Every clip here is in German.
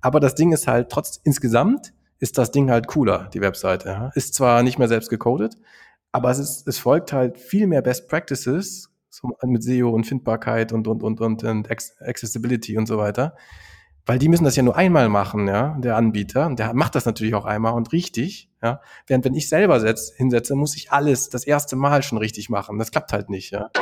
Aber das Ding ist halt insgesamt ist das Ding halt cooler, die Webseite. Ja. Ist zwar nicht mehr selbst gecodet, aber es folgt halt viel mehr Best Practices so mit SEO und Findbarkeit und Accessibility und so weiter. Weil die müssen das ja nur einmal machen, ja, der Anbieter. Und der macht das natürlich auch einmal und richtig, ja. Während wenn ich selber hinsetze, muss ich alles das erste Mal schon richtig machen. Das klappt halt nicht, ja.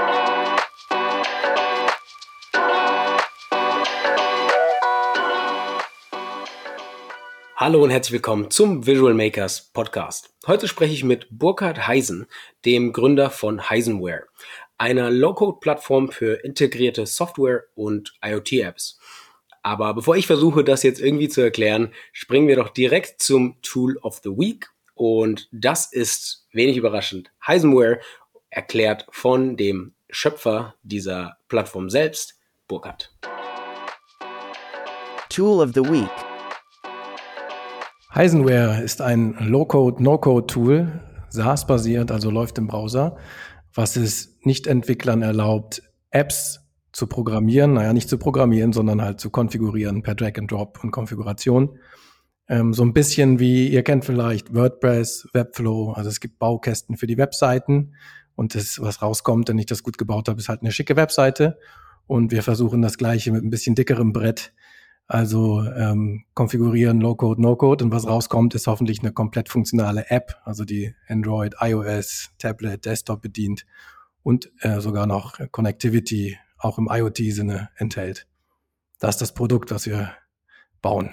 Hallo und herzlich willkommen zum Visual Makers Podcast. Heute spreche ich mit Burkhard Heisen, dem Gründer von Heisenware, einer Low-Code-Plattform für integrierte Software und IoT-Apps. Aber bevor ich versuche, das jetzt irgendwie zu erklären, springen wir doch direkt zum Tool of the Week. Und das ist wenig überraschend Heisenware, erklärt von dem Schöpfer dieser Plattform selbst, Burkhard. Tool of the Week. Heisenware ist ein Low-Code, No-Code-Tool, SaaS-basiert, also läuft im Browser, was es Nicht-Entwicklern erlaubt, Apps zu programmieren, nicht zu programmieren, sondern halt zu konfigurieren per Drag and Drop und Konfiguration. So ein bisschen wie, ihr kennt vielleicht WordPress, Webflow, also es gibt Baukästen für die Webseiten und das, was rauskommt, wenn ich das gut gebaut habe, ist halt eine schicke Webseite und wir versuchen das Gleiche mit ein bisschen dickerem Brett, also konfigurieren, Low-Code, No-Code und was rauskommt, ist hoffentlich eine komplett funktionale App, also die Android, iOS, Tablet, Desktop bedient und sogar noch Connectivity auch im IoT-Sinne enthält. Das ist das Produkt, was wir bauen.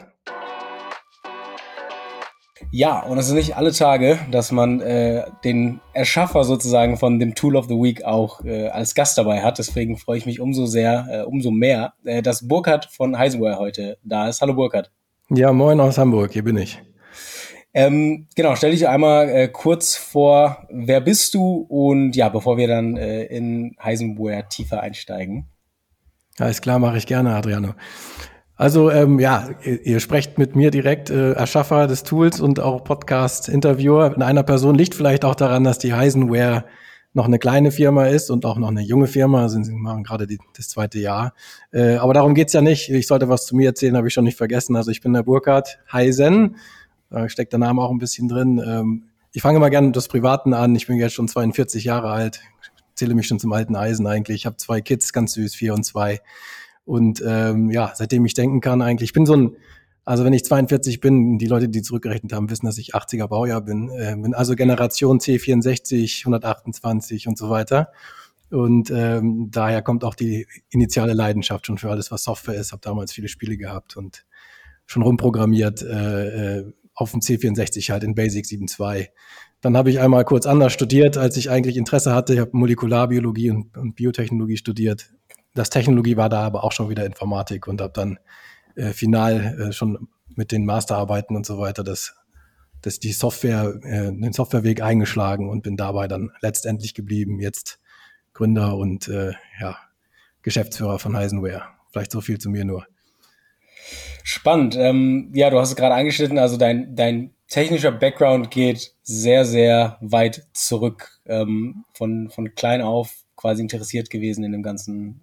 Ja, und es ist nicht alle Tage, dass man den Erschaffer sozusagen von dem Tool of the Week auch als Gast dabei hat. Deswegen freue ich mich umso mehr, dass Burkhard von Heisenware heute da ist. Hallo Burkhard. Ja, moin aus Hamburg, hier bin ich. Genau, stell dich einmal kurz vor, wer bist du? Und ja, bevor wir dann in Heisenware tiefer einsteigen. Alles klar, mache ich gerne, Adriano. Also ihr sprecht mit mir direkt, Erschaffer des Tools und auch Podcast-Interviewer in einer Person. Liegt vielleicht auch daran, dass die Heisenware noch eine kleine Firma ist und auch noch eine junge Firma. Sie machen gerade das zweite Jahr. Aber darum geht's ja nicht. Ich sollte was zu mir erzählen, habe ich schon nicht vergessen. Also ich bin der Burkhard Heisen. Da steckt der Name auch ein bisschen drin. Ich fange mal gerne mit das Privaten an. Ich bin jetzt schon 42 Jahre alt. Zähle mich schon zum alten Eisen eigentlich. Ich habe 2 Kids, ganz süß, 4 und 2. Und seitdem ich denken kann eigentlich, ich bin also wenn ich 42 bin, die Leute, die zurückgerechnet haben, wissen, dass ich 80er Baujahr bin. Bin also Generation C64, 128 und so weiter. Und daher kommt auch die initiale Leidenschaft schon für alles, was Software ist. Habe damals viele Spiele gehabt und schon rumprogrammiert auf dem C64 halt in Basic 7.2. Dann habe ich einmal kurz anders studiert, als ich eigentlich Interesse hatte. Ich habe Molekularbiologie und Biotechnologie studiert. Das Technologie war da aber auch schon wieder Informatik und habe dann final schon mit den Masterarbeiten und so weiter den Softwareweg eingeschlagen und bin dabei dann letztendlich geblieben. Jetzt Gründer und Geschäftsführer von Heisenware. Vielleicht so viel zu mir nur. Spannend. Du hast es gerade angeschnitten, also dein technischer Background geht sehr, sehr weit zurück, von klein auf quasi interessiert gewesen in dem ganzen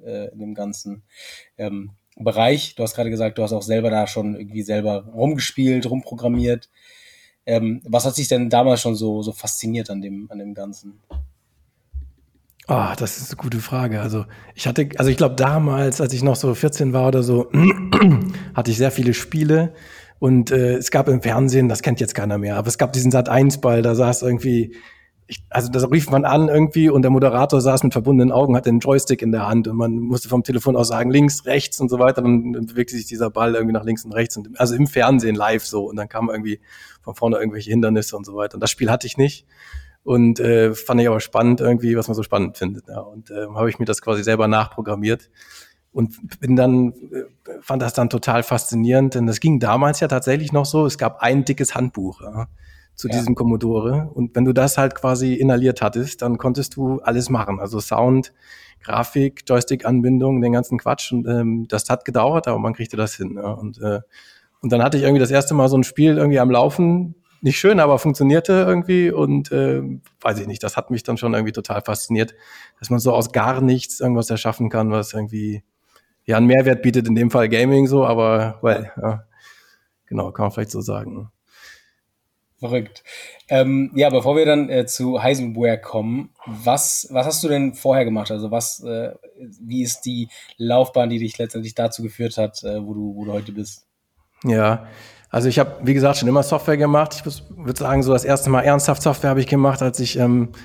Bereich. Du hast gerade gesagt, du hast auch selber da schon irgendwie selber rumgespielt, rumprogrammiert. Was hat sich denn damals schon so fasziniert an dem Ganzen? Das ist eine gute Frage. Also ich glaube damals, als ich noch so 14 war oder so, hatte ich sehr viele Spiele und es gab im Fernsehen, das kennt jetzt keiner mehr, aber es gab diesen Sat.1-Ball, da saß irgendwie, da rief man an irgendwie und der Moderator saß mit verbundenen Augen, hatte einen Joystick in der Hand und man musste vom Telefon aus sagen, links, rechts und so weiter, dann bewegte sich dieser Ball irgendwie nach links und rechts, also im Fernsehen live so und dann kamen irgendwie von vorne irgendwelche Hindernisse und so weiter und das Spiel hatte ich nicht. Und fand ich aber spannend irgendwie, was man so spannend findet. Ja. Und habe ich mir das quasi selber nachprogrammiert und fand das dann total faszinierend, denn das ging damals ja tatsächlich noch so, es gab ein dickes Handbuch zu diesem Commodore und wenn du das halt quasi inhaliert hattest, dann konntest du alles machen, also Sound, Grafik, Joystick-Anbindung, den ganzen Quatsch und das hat gedauert, aber man kriegte das hin. Ja. Und dann hatte ich irgendwie das erste Mal so ein Spiel irgendwie am Laufen, nicht schön, aber funktionierte irgendwie und weiß ich nicht, das hat mich dann schon irgendwie total fasziniert, dass man so aus gar nichts irgendwas erschaffen kann, was irgendwie einen Mehrwert bietet, in dem Fall Gaming so, aber Genau, kann man vielleicht so sagen. Verrückt. Ja, bevor wir dann zu Heisenware kommen, was hast du denn vorher gemacht? Also wie ist die Laufbahn, die dich letztendlich dazu geführt hat, wo du heute bist? Ja, also ich habe, wie gesagt, schon immer Software gemacht. Ich würde sagen, so das erste Mal ernsthaft Software habe ich gemacht, als ich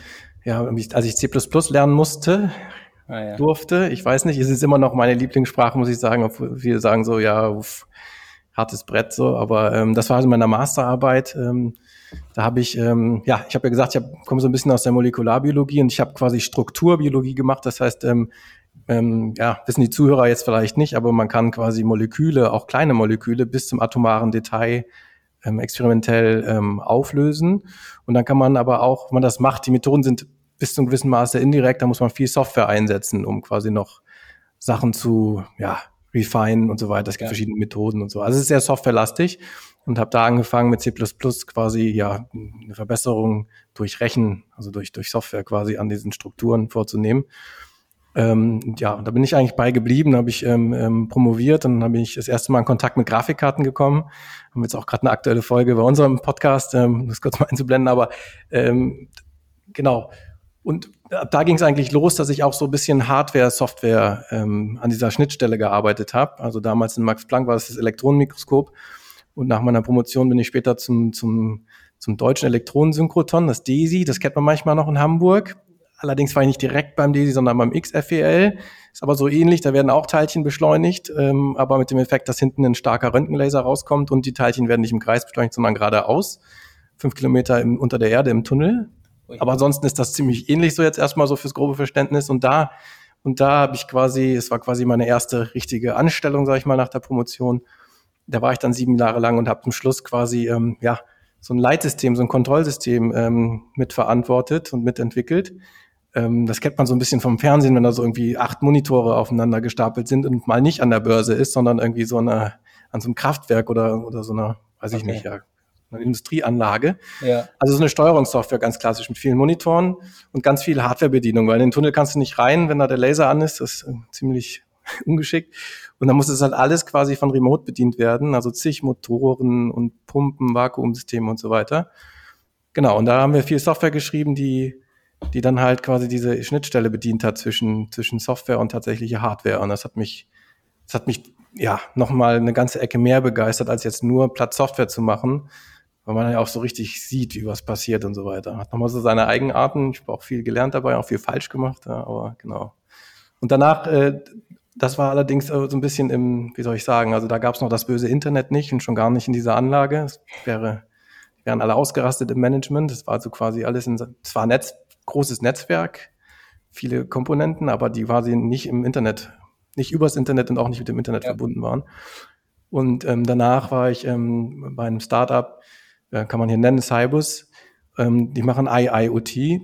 C++ lernen Ah ja. durfte. Ich weiß nicht, es ist immer noch meine Lieblingssprache, muss ich sagen. Obwohl viele sagen so, ja, hartes Brett so. Aber das war also meine Masterarbeit. Da habe ich, ich habe ja gesagt, komme so ein bisschen aus der Molekularbiologie und ich habe quasi Strukturbiologie gemacht. Das heißt, wissen die Zuhörer jetzt vielleicht nicht, aber man kann quasi Moleküle, auch kleine Moleküle, bis zum atomaren Detail experimentell auflösen. Und dann kann man aber auch, wenn man das macht, die Methoden sind bis zu einem gewissen Maße indirekt, da muss man viel Software einsetzen, um quasi noch Sachen zu, refinen und so weiter. Es gibt verschiedene Methoden und so. Also es ist sehr softwarelastig und habe da angefangen mit C++ quasi, eine Verbesserung durch Rechen, also durch Software quasi an diesen Strukturen vorzunehmen. Da bin ich eigentlich bei geblieben, habe ich promoviert und dann bin ich das erste Mal in Kontakt mit Grafikkarten gekommen. Haben jetzt auch gerade eine aktuelle Folge bei unserem Podcast, das kurz mal einzublenden, aber genau. Und da ging es eigentlich los, dass ich auch so ein bisschen Hardware, Software an dieser Schnittstelle gearbeitet habe. Also damals in Max Planck war das Elektronenmikroskop und nach meiner Promotion bin ich später zum deutschen Elektronensynchrotron, das DESI, das kennt man manchmal noch in Hamburg. Allerdings war ich nicht direkt beim DESI, sondern beim XFEL. Ist aber so ähnlich, da werden auch Teilchen beschleunigt, aber mit dem Effekt, dass hinten ein starker Röntgenlaser rauskommt und die Teilchen werden nicht im Kreis beschleunigt, sondern geradeaus. 5 Kilometer unter der Erde im Tunnel. Aber ansonsten ist das ziemlich ähnlich so jetzt erstmal so fürs grobe Verständnis. Und da habe ich quasi, es war quasi meine erste richtige Anstellung, sage ich mal, nach der Promotion. Da war ich dann 7 Jahre lang und habe zum Schluss quasi, so ein Leitsystem, so ein Kontrollsystem mitverantwortet und mitentwickelt. Das kennt man so ein bisschen vom Fernsehen, wenn da so irgendwie 8 Monitore aufeinander gestapelt sind und mal nicht an der Börse ist, sondern irgendwie an so einem Kraftwerk oder so einer, weiß ich nicht, eine Industrieanlage. Ja. Also so eine Steuerungssoftware, ganz klassisch, mit vielen Monitoren und ganz viel Hardwarebedienung, weil in den Tunnel kannst du nicht rein, wenn da der Laser an ist. Das ist ziemlich ungeschickt. Und dann muss es halt alles quasi von Remote bedient werden, also zig Motoren und Pumpen, Vakuumsysteme und so weiter. Genau, und da haben wir viel Software geschrieben, die dann halt quasi diese Schnittstelle bedient hat zwischen Software und tatsächliche Hardware. Und das hat mich nochmal eine ganze Ecke mehr begeistert, als jetzt nur platt Software zu machen, weil man ja auch so richtig sieht, wie was passiert und so weiter. Hat nochmal so seine Eigenarten. Ich habe auch viel gelernt dabei, auch viel falsch gemacht, aber genau. Und danach, das war allerdings so ein bisschen wie soll ich sagen, also da gab es noch das böse Internet nicht und schon gar nicht in dieser Anlage. Die wären alle ausgerastet im Management. Das war also quasi alles es war großes Netzwerk, viele Komponenten, aber die quasi nicht im Internet, nicht übers Internet und auch nicht mit dem Internet verbunden waren. Und danach war ich bei einem Startup, kann man hier nennen, Cybus. Die machen IIoT.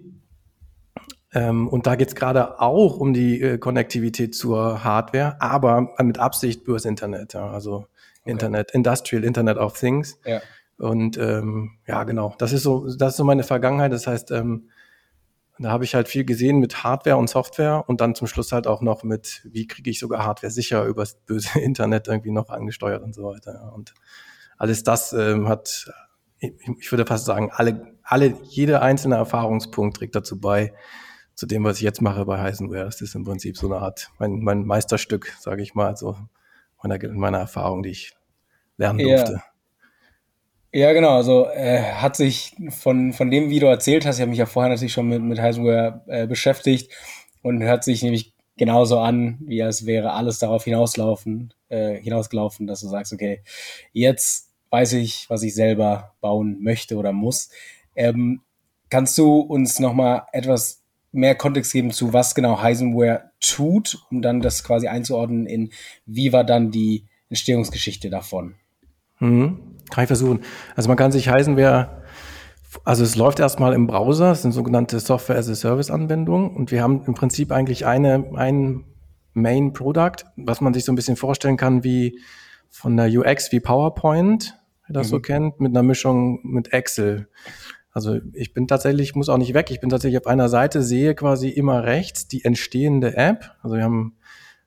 Und da geht es gerade auch um die Konnektivität zur Hardware, aber mit Absicht übers Internet. Ja, also Internet, Industrial Internet of Things. Ja. Und genau, das ist so meine Vergangenheit. Das heißt, da habe ich halt viel gesehen mit Hardware und Software und dann zum Schluss halt auch noch mit, wie kriege ich sogar Hardware sicher übers böse Internet irgendwie noch angesteuert und so weiter. Ja. Und alles das hat, ich würde fast sagen, jeder einzelne Erfahrungspunkt trägt dazu bei, zu dem, was ich jetzt mache bei Heisenware. Das ist im Prinzip so eine Art, mein Meisterstück, sage ich mal, so meiner Erfahrung, die ich lernen durfte. Ja, genau. Also hat sich von dem, wie du erzählt hast, ich habe mich ja vorher natürlich schon mit Heisenware beschäftigt und hört sich nämlich genauso an, wie als wäre alles darauf hinausgelaufen, dass du sagst, okay, jetzt weiß ich, was ich selber bauen möchte oder muss. Kannst du uns nochmal etwas mehr Kontext geben zu, was genau Heisenware tut, um dann das quasi einzuordnen in, wie war dann die Entstehungsgeschichte davon? Kann ich versuchen. Also man kann sich Heisenware, also es läuft erstmal im Browser, es sind sogenannte Software-as-a-Service-Anwendungen und wir haben im Prinzip eigentlich ein Main-Product, was man sich so ein bisschen vorstellen kann wie von der UX wie PowerPoint, wer das so kennt, mit einer Mischung mit Excel. Also ich muss auch nicht weg, ich bin tatsächlich auf einer Seite, sehe quasi immer rechts die entstehende App. Also wir haben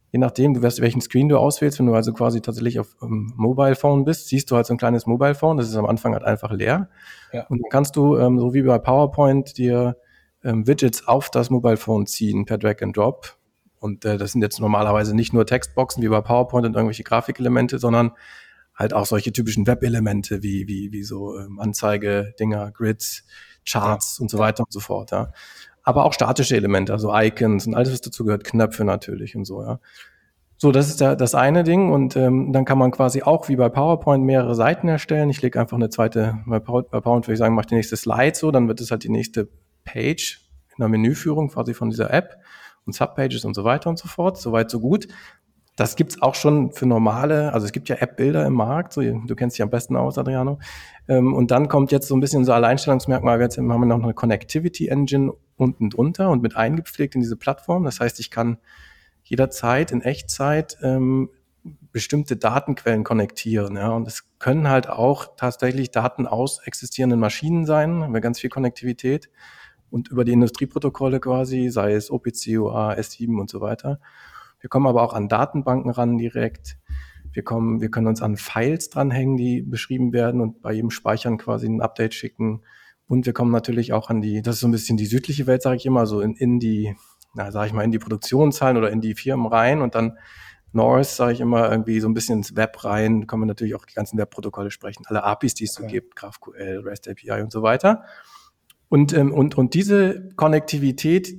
je nachdem, welchen Screen du auswählst, wenn du also quasi tatsächlich auf Mobile Phone bist, siehst du halt so ein kleines Mobile Phone, das ist am Anfang halt einfach leer. Ja. Und dann kannst du, so wie bei PowerPoint, dir Widgets auf das Mobile Phone ziehen per Drag and Drop. Und das sind jetzt normalerweise nicht nur Textboxen wie bei PowerPoint und irgendwelche Grafikelemente, sondern halt auch solche typischen Web-Elemente wie so Anzeige-Dinger, Grids, Charts und so weiter und so fort. Ja. Aber auch statische Elemente, also Icons und alles, was dazu gehört, Knöpfe natürlich und so, ja. So, das ist das eine Ding und dann kann man quasi auch wie bei PowerPoint mehrere Seiten erstellen. Ich lege einfach eine zweite, bei PowerPoint würde ich sagen, mache die nächste Slide so, dann wird es halt die nächste Page in der Menüführung quasi von dieser App und Subpages und so weiter und so fort. Soweit, so gut. Das gibt's auch schon für normale, also es gibt ja App-Bilder im Markt, so, du kennst dich am besten aus, Adriano. Und dann kommt jetzt so ein bisschen unser Alleinstellungsmerkmal, jetzt haben wir noch eine Connectivity-Engine unten drunter und mit eingepflegt in diese Plattform. Das heißt, ich kann jederzeit in Echtzeit bestimmte Datenquellen konnektieren. Ja? Und es können halt auch tatsächlich Daten aus existierenden Maschinen sein, haben wir ganz viel Konnektivität und über die Industrieprotokolle quasi, sei es OPC, UA, S7 und so weiter. Wir kommen aber auch an Datenbanken ran direkt. Wir können uns an Files dranhängen, die beschrieben werden und bei jedem Speichern quasi ein Update schicken. Und wir kommen natürlich auch an das ist so ein bisschen die südliche Welt, sage ich immer, so in die Produktionszahlen oder in die Firmen rein und dann North, sage ich immer, irgendwie so ein bisschen ins Web rein, können wir natürlich auch die ganzen Webprotokolle sprechen, alle APIs, die es so gibt, GraphQL, REST API und so weiter. Und diese Konnektivität,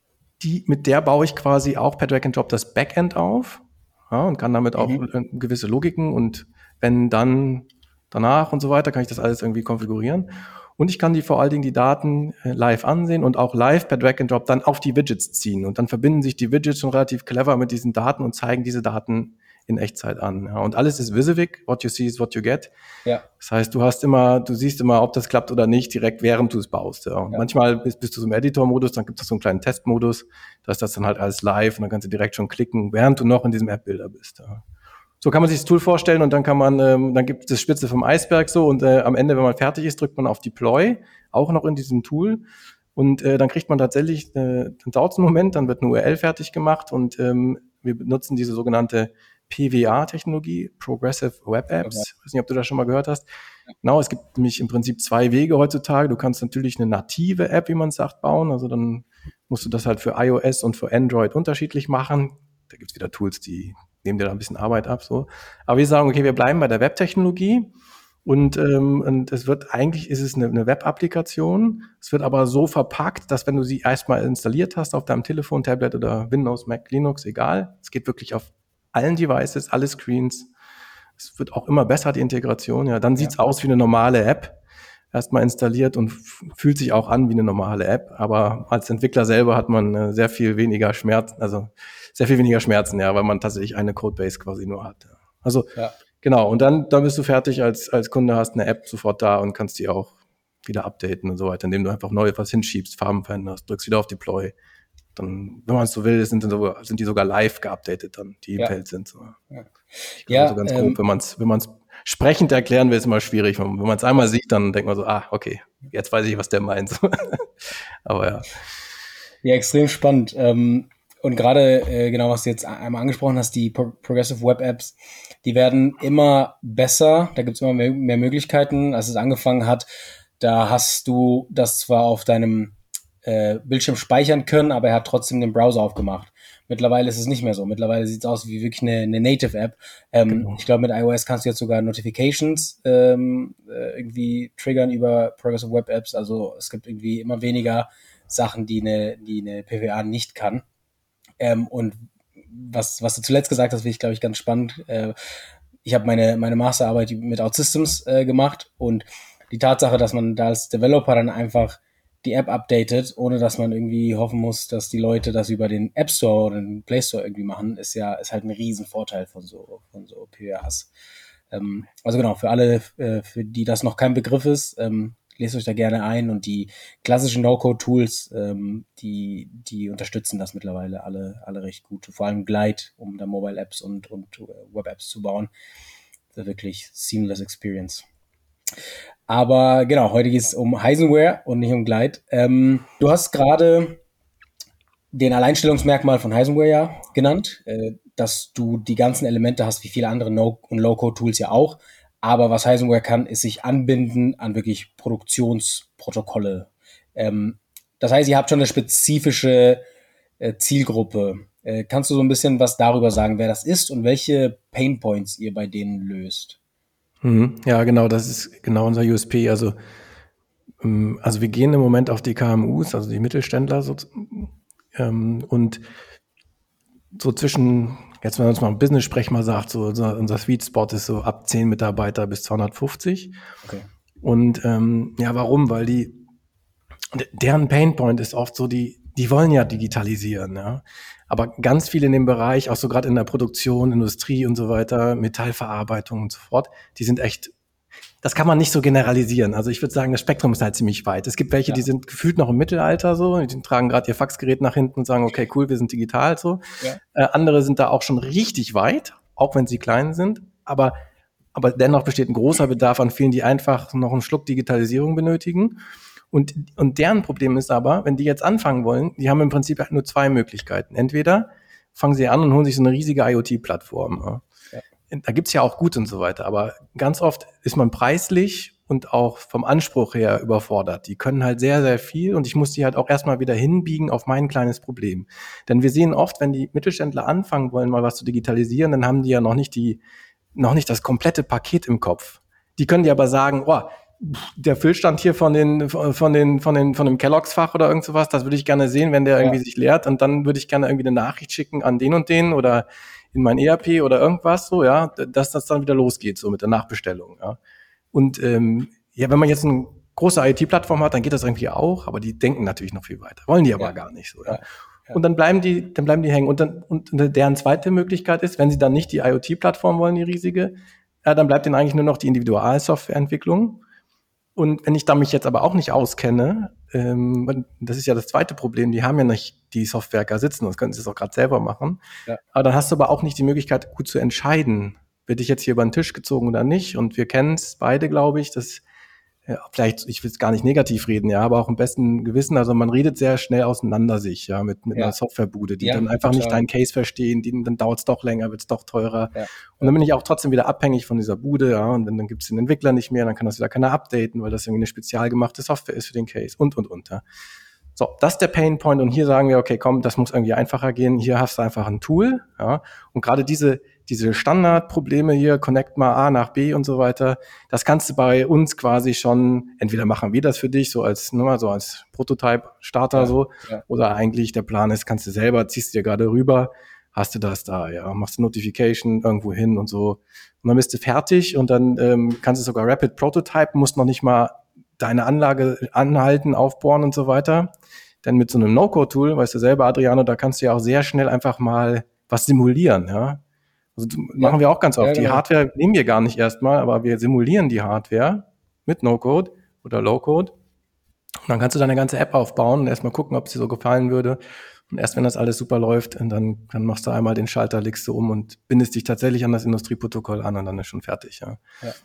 mit der baue ich quasi auch per Drag and Drop das Backend auf, ja, und kann damit auch gewisse Logiken und wenn dann danach und so weiter, kann ich das alles irgendwie konfigurieren. Und ich kann vor allen Dingen die Daten live ansehen und auch live per Drag and Drop dann auf die Widgets ziehen. Und dann verbinden sich die Widgets schon relativ clever mit diesen Daten und zeigen diese Daten in Echtzeit an. Ja. Und alles ist Wysiwyg, what you see is what you get. Ja. Das heißt, du siehst immer, ob das klappt oder nicht, direkt während du es baust. Ja. Und manchmal bist du so im Editor-Modus, dann gibt es so einen kleinen Testmodus, da ist das dann halt alles live und dann kannst du direkt schon klicken, während du noch in diesem App-Builder bist. Ja. So kann man sich das Tool vorstellen und dann dann gibt es das Spitze vom Eisberg so und am Ende, wenn man fertig ist, drückt man auf Deploy, auch noch in diesem Tool und dann kriegt man tatsächlich, dann dauert es einen Moment, dann wird eine URL fertig gemacht und wir benutzen diese sogenannte PWA-Technologie, Progressive Web Apps. Ich weiß nicht, ob du das schon mal gehört hast. Genau, es gibt nämlich im Prinzip zwei Wege heutzutage. Du kannst natürlich eine native App, wie man sagt, bauen. Also dann musst du das halt für iOS und für Android unterschiedlich machen. Da gibt's wieder Tools, die nehmen dir da ein bisschen Arbeit ab. So. Aber wir sagen, okay, wir bleiben bei der Web-Technologie. Und eigentlich ist es eine Web-Applikation. Es wird aber so verpackt, dass wenn du sie erstmal installiert hast auf deinem Telefon, Tablet oder Windows, Mac, Linux, egal, es geht wirklich auf allen Devices, alle Screens. Es wird auch immer besser, die Integration. Ja, dann sieht's aus wie eine normale App. Erstmal installiert und fühlt sich auch an wie eine normale App. Aber als Entwickler selber hat man sehr viel weniger Schmerzen, ja, weil man tatsächlich eine Codebase quasi nur hat. Ja. Also, genau. Und dann bist du fertig als Kunde, hast eine App sofort da und kannst die auch wieder updaten und so weiter, indem du einfach neu was hinschiebst, Farben veränderst, drückst wieder auf Deploy. Dann, wenn man es so will, sind die sogar live geupdatet dann, die Felds sind so. Ich glaube, so ganz grob, wenn man es sprechend erklären will, ist immer schwierig. Wenn man es einmal sieht, dann denkt man so, okay, jetzt weiß ich, was der meint. Aber ja. Ja, extrem spannend. Und gerade genau, was du jetzt einmal angesprochen hast, die Progressive Web Apps, die werden immer besser. Da gibt es immer mehr Möglichkeiten. Als es angefangen hat, da hast du das zwar auf deinem Bildschirm speichern können, aber er hat trotzdem den Browser aufgemacht. Mittlerweile ist es nicht mehr so. Mittlerweile sieht es aus wie wirklich eine Native-App. Genau. Ich glaube, mit iOS kannst du jetzt sogar Notifications irgendwie triggern über Progressive Web Apps. Also es gibt irgendwie immer weniger Sachen, die eine PWA nicht kann. Und was du zuletzt gesagt hast, finde ich, glaube ich, ganz spannend. Ich habe meine Masterarbeit mit OutSystems gemacht und die Tatsache, dass man da als Developer dann einfach die App updatet, ohne dass man irgendwie hoffen muss, dass die Leute das über den App Store oder den Play Store irgendwie machen, ist halt ein Riesenvorteil von so PWAs. Also genau, für alle, für die das noch kein Begriff ist, lest euch da gerne ein und die klassischen No-Code-Tools, die unterstützen das mittlerweile alle recht gut. Vor allem Glide, um da Mobile-Apps und Web-Apps zu bauen. Das ist wirklich seamless Experience. Aber genau, heute geht es um Heisenware und nicht um Glide. Du hast gerade den Alleinstellungsmerkmal von Heisenware genannt, dass du die ganzen Elemente hast, wie viele andere No- und Low-Code-Tools ja auch. Aber was Heisenware kann, ist sich anbinden an wirklich Produktionsprotokolle. Das heißt, ihr habt schon eine spezifische Zielgruppe. Kannst du so ein bisschen was darüber sagen, wer das ist und welche Painpoints ihr bei denen löst? Ja, genau, das ist genau unser USP. Also wir gehen im Moment auf die KMUs, also die Mittelständler, und so zwischen, jetzt wenn man uns mal im Business-Sprech mal sagt, so unser Sweet Spot ist so ab 10 Mitarbeiter bis 250. Okay. Und ja, warum? Weil deren Painpoint ist oft so, die wollen ja digitalisieren, ja. Aber ganz viele in dem Bereich, auch so gerade in der Produktion, Industrie und so weiter, Metallverarbeitung und so fort, die sind echt, das kann man nicht so generalisieren. Also ich würde sagen, das Spektrum ist halt ziemlich weit. Es gibt welche, die sind gefühlt noch im Mittelalter so, die tragen gerade ihr Faxgerät nach hinten und sagen, okay, cool, wir sind digital so. Ja. Andere sind da auch schon richtig weit, auch wenn sie klein sind, aber dennoch besteht ein großer Bedarf an vielen, die einfach noch einen Schluck Digitalisierung benötigen. Und deren Problem ist aber, wenn die jetzt anfangen wollen, die haben im Prinzip halt nur zwei Möglichkeiten. Entweder fangen sie an und holen sich so eine riesige IoT-Plattform. Ja. Da gibt's ja auch gut und so weiter, aber ganz oft ist man preislich und auch vom Anspruch her überfordert. Die können halt sehr, sehr viel und ich muss die halt auch erstmal wieder hinbiegen auf mein kleines Problem. Denn wir sehen oft, wenn die Mittelständler anfangen wollen, mal was zu digitalisieren, dann haben die ja noch nicht das komplette Paket im Kopf. Die können dir aber sagen, oh, der Füllstand hier von dem Kelloggs-Fach oder irgend sowas, das würde ich gerne sehen, wenn der irgendwie sich leert und dann würde ich gerne irgendwie eine Nachricht schicken an den und den oder in mein ERP oder irgendwas so, ja, dass das dann wieder losgeht, so mit der Nachbestellung, ja. Und ja, wenn man jetzt eine große IT-Plattform hat, dann geht das irgendwie auch, aber die denken natürlich noch viel weiter, wollen die aber gar nicht so, ja. Und dann bleiben die hängen. Und deren zweite Möglichkeit ist, wenn sie dann nicht die IoT-Plattform wollen, die riesige, dann bleibt ihnen eigentlich nur noch die Individualsoftwareentwicklung. Und wenn ich da mich jetzt aber auch nicht auskenne, das ist ja das zweite Problem, die haben ja nicht die Softwareker sitzen, das können sie es auch gerade selber machen. Ja. Aber dann hast du aber auch nicht die Möglichkeit, gut zu entscheiden, werde ich jetzt hier über den Tisch gezogen oder nicht. Und wir kennen es beide, glaube ich, dass vielleicht, ich will es gar nicht negativ reden, ja, aber auch im besten Gewissen, also man redet sehr schnell auseinander sich, ja, mit einer Softwarebude, die dann einfach nicht deinen Case verstehen, dann dauert es doch länger, wird es doch teurer. Ja. Und dann bin ich auch trotzdem wieder abhängig von dieser Bude, ja, und dann gibt es den Entwickler nicht mehr, dann kann das wieder keiner updaten, weil das irgendwie eine spezial gemachte Software ist für den Case und, ja. So, das ist der Pain Point und hier sagen wir, okay, komm, das muss irgendwie einfacher gehen, hier hast du einfach ein Tool, ja, und gerade diese Standardprobleme hier, connect mal A nach B und so weiter, das kannst du bei uns quasi schon, entweder machen wir das für dich, so als Prototype-Starter oder eigentlich der Plan ist, kannst du selber, ziehst dir gerade rüber, hast du das da, ja, machst du Notification irgendwo hin und so. Und dann bist du fertig und dann kannst du sogar Rapid Prototype, musst noch nicht mal deine Anlage anhalten, aufbohren und so weiter. Denn mit so einem No-Code-Tool, weißt du selber, Adriano, da kannst du ja auch sehr schnell einfach mal was simulieren, ja. Also machen wir auch ganz oft. Ja, genau. Die Hardware nehmen wir gar nicht erstmal, aber wir simulieren die Hardware mit No-Code oder Low-Code. Und dann kannst du deine ganze App aufbauen und erstmal gucken, ob es dir so gefallen würde. Und erst wenn das alles super läuft, dann machst du einmal den Schalter, legst du um und bindest dich tatsächlich an das Industrieprotokoll an und dann ist schon fertig, ja.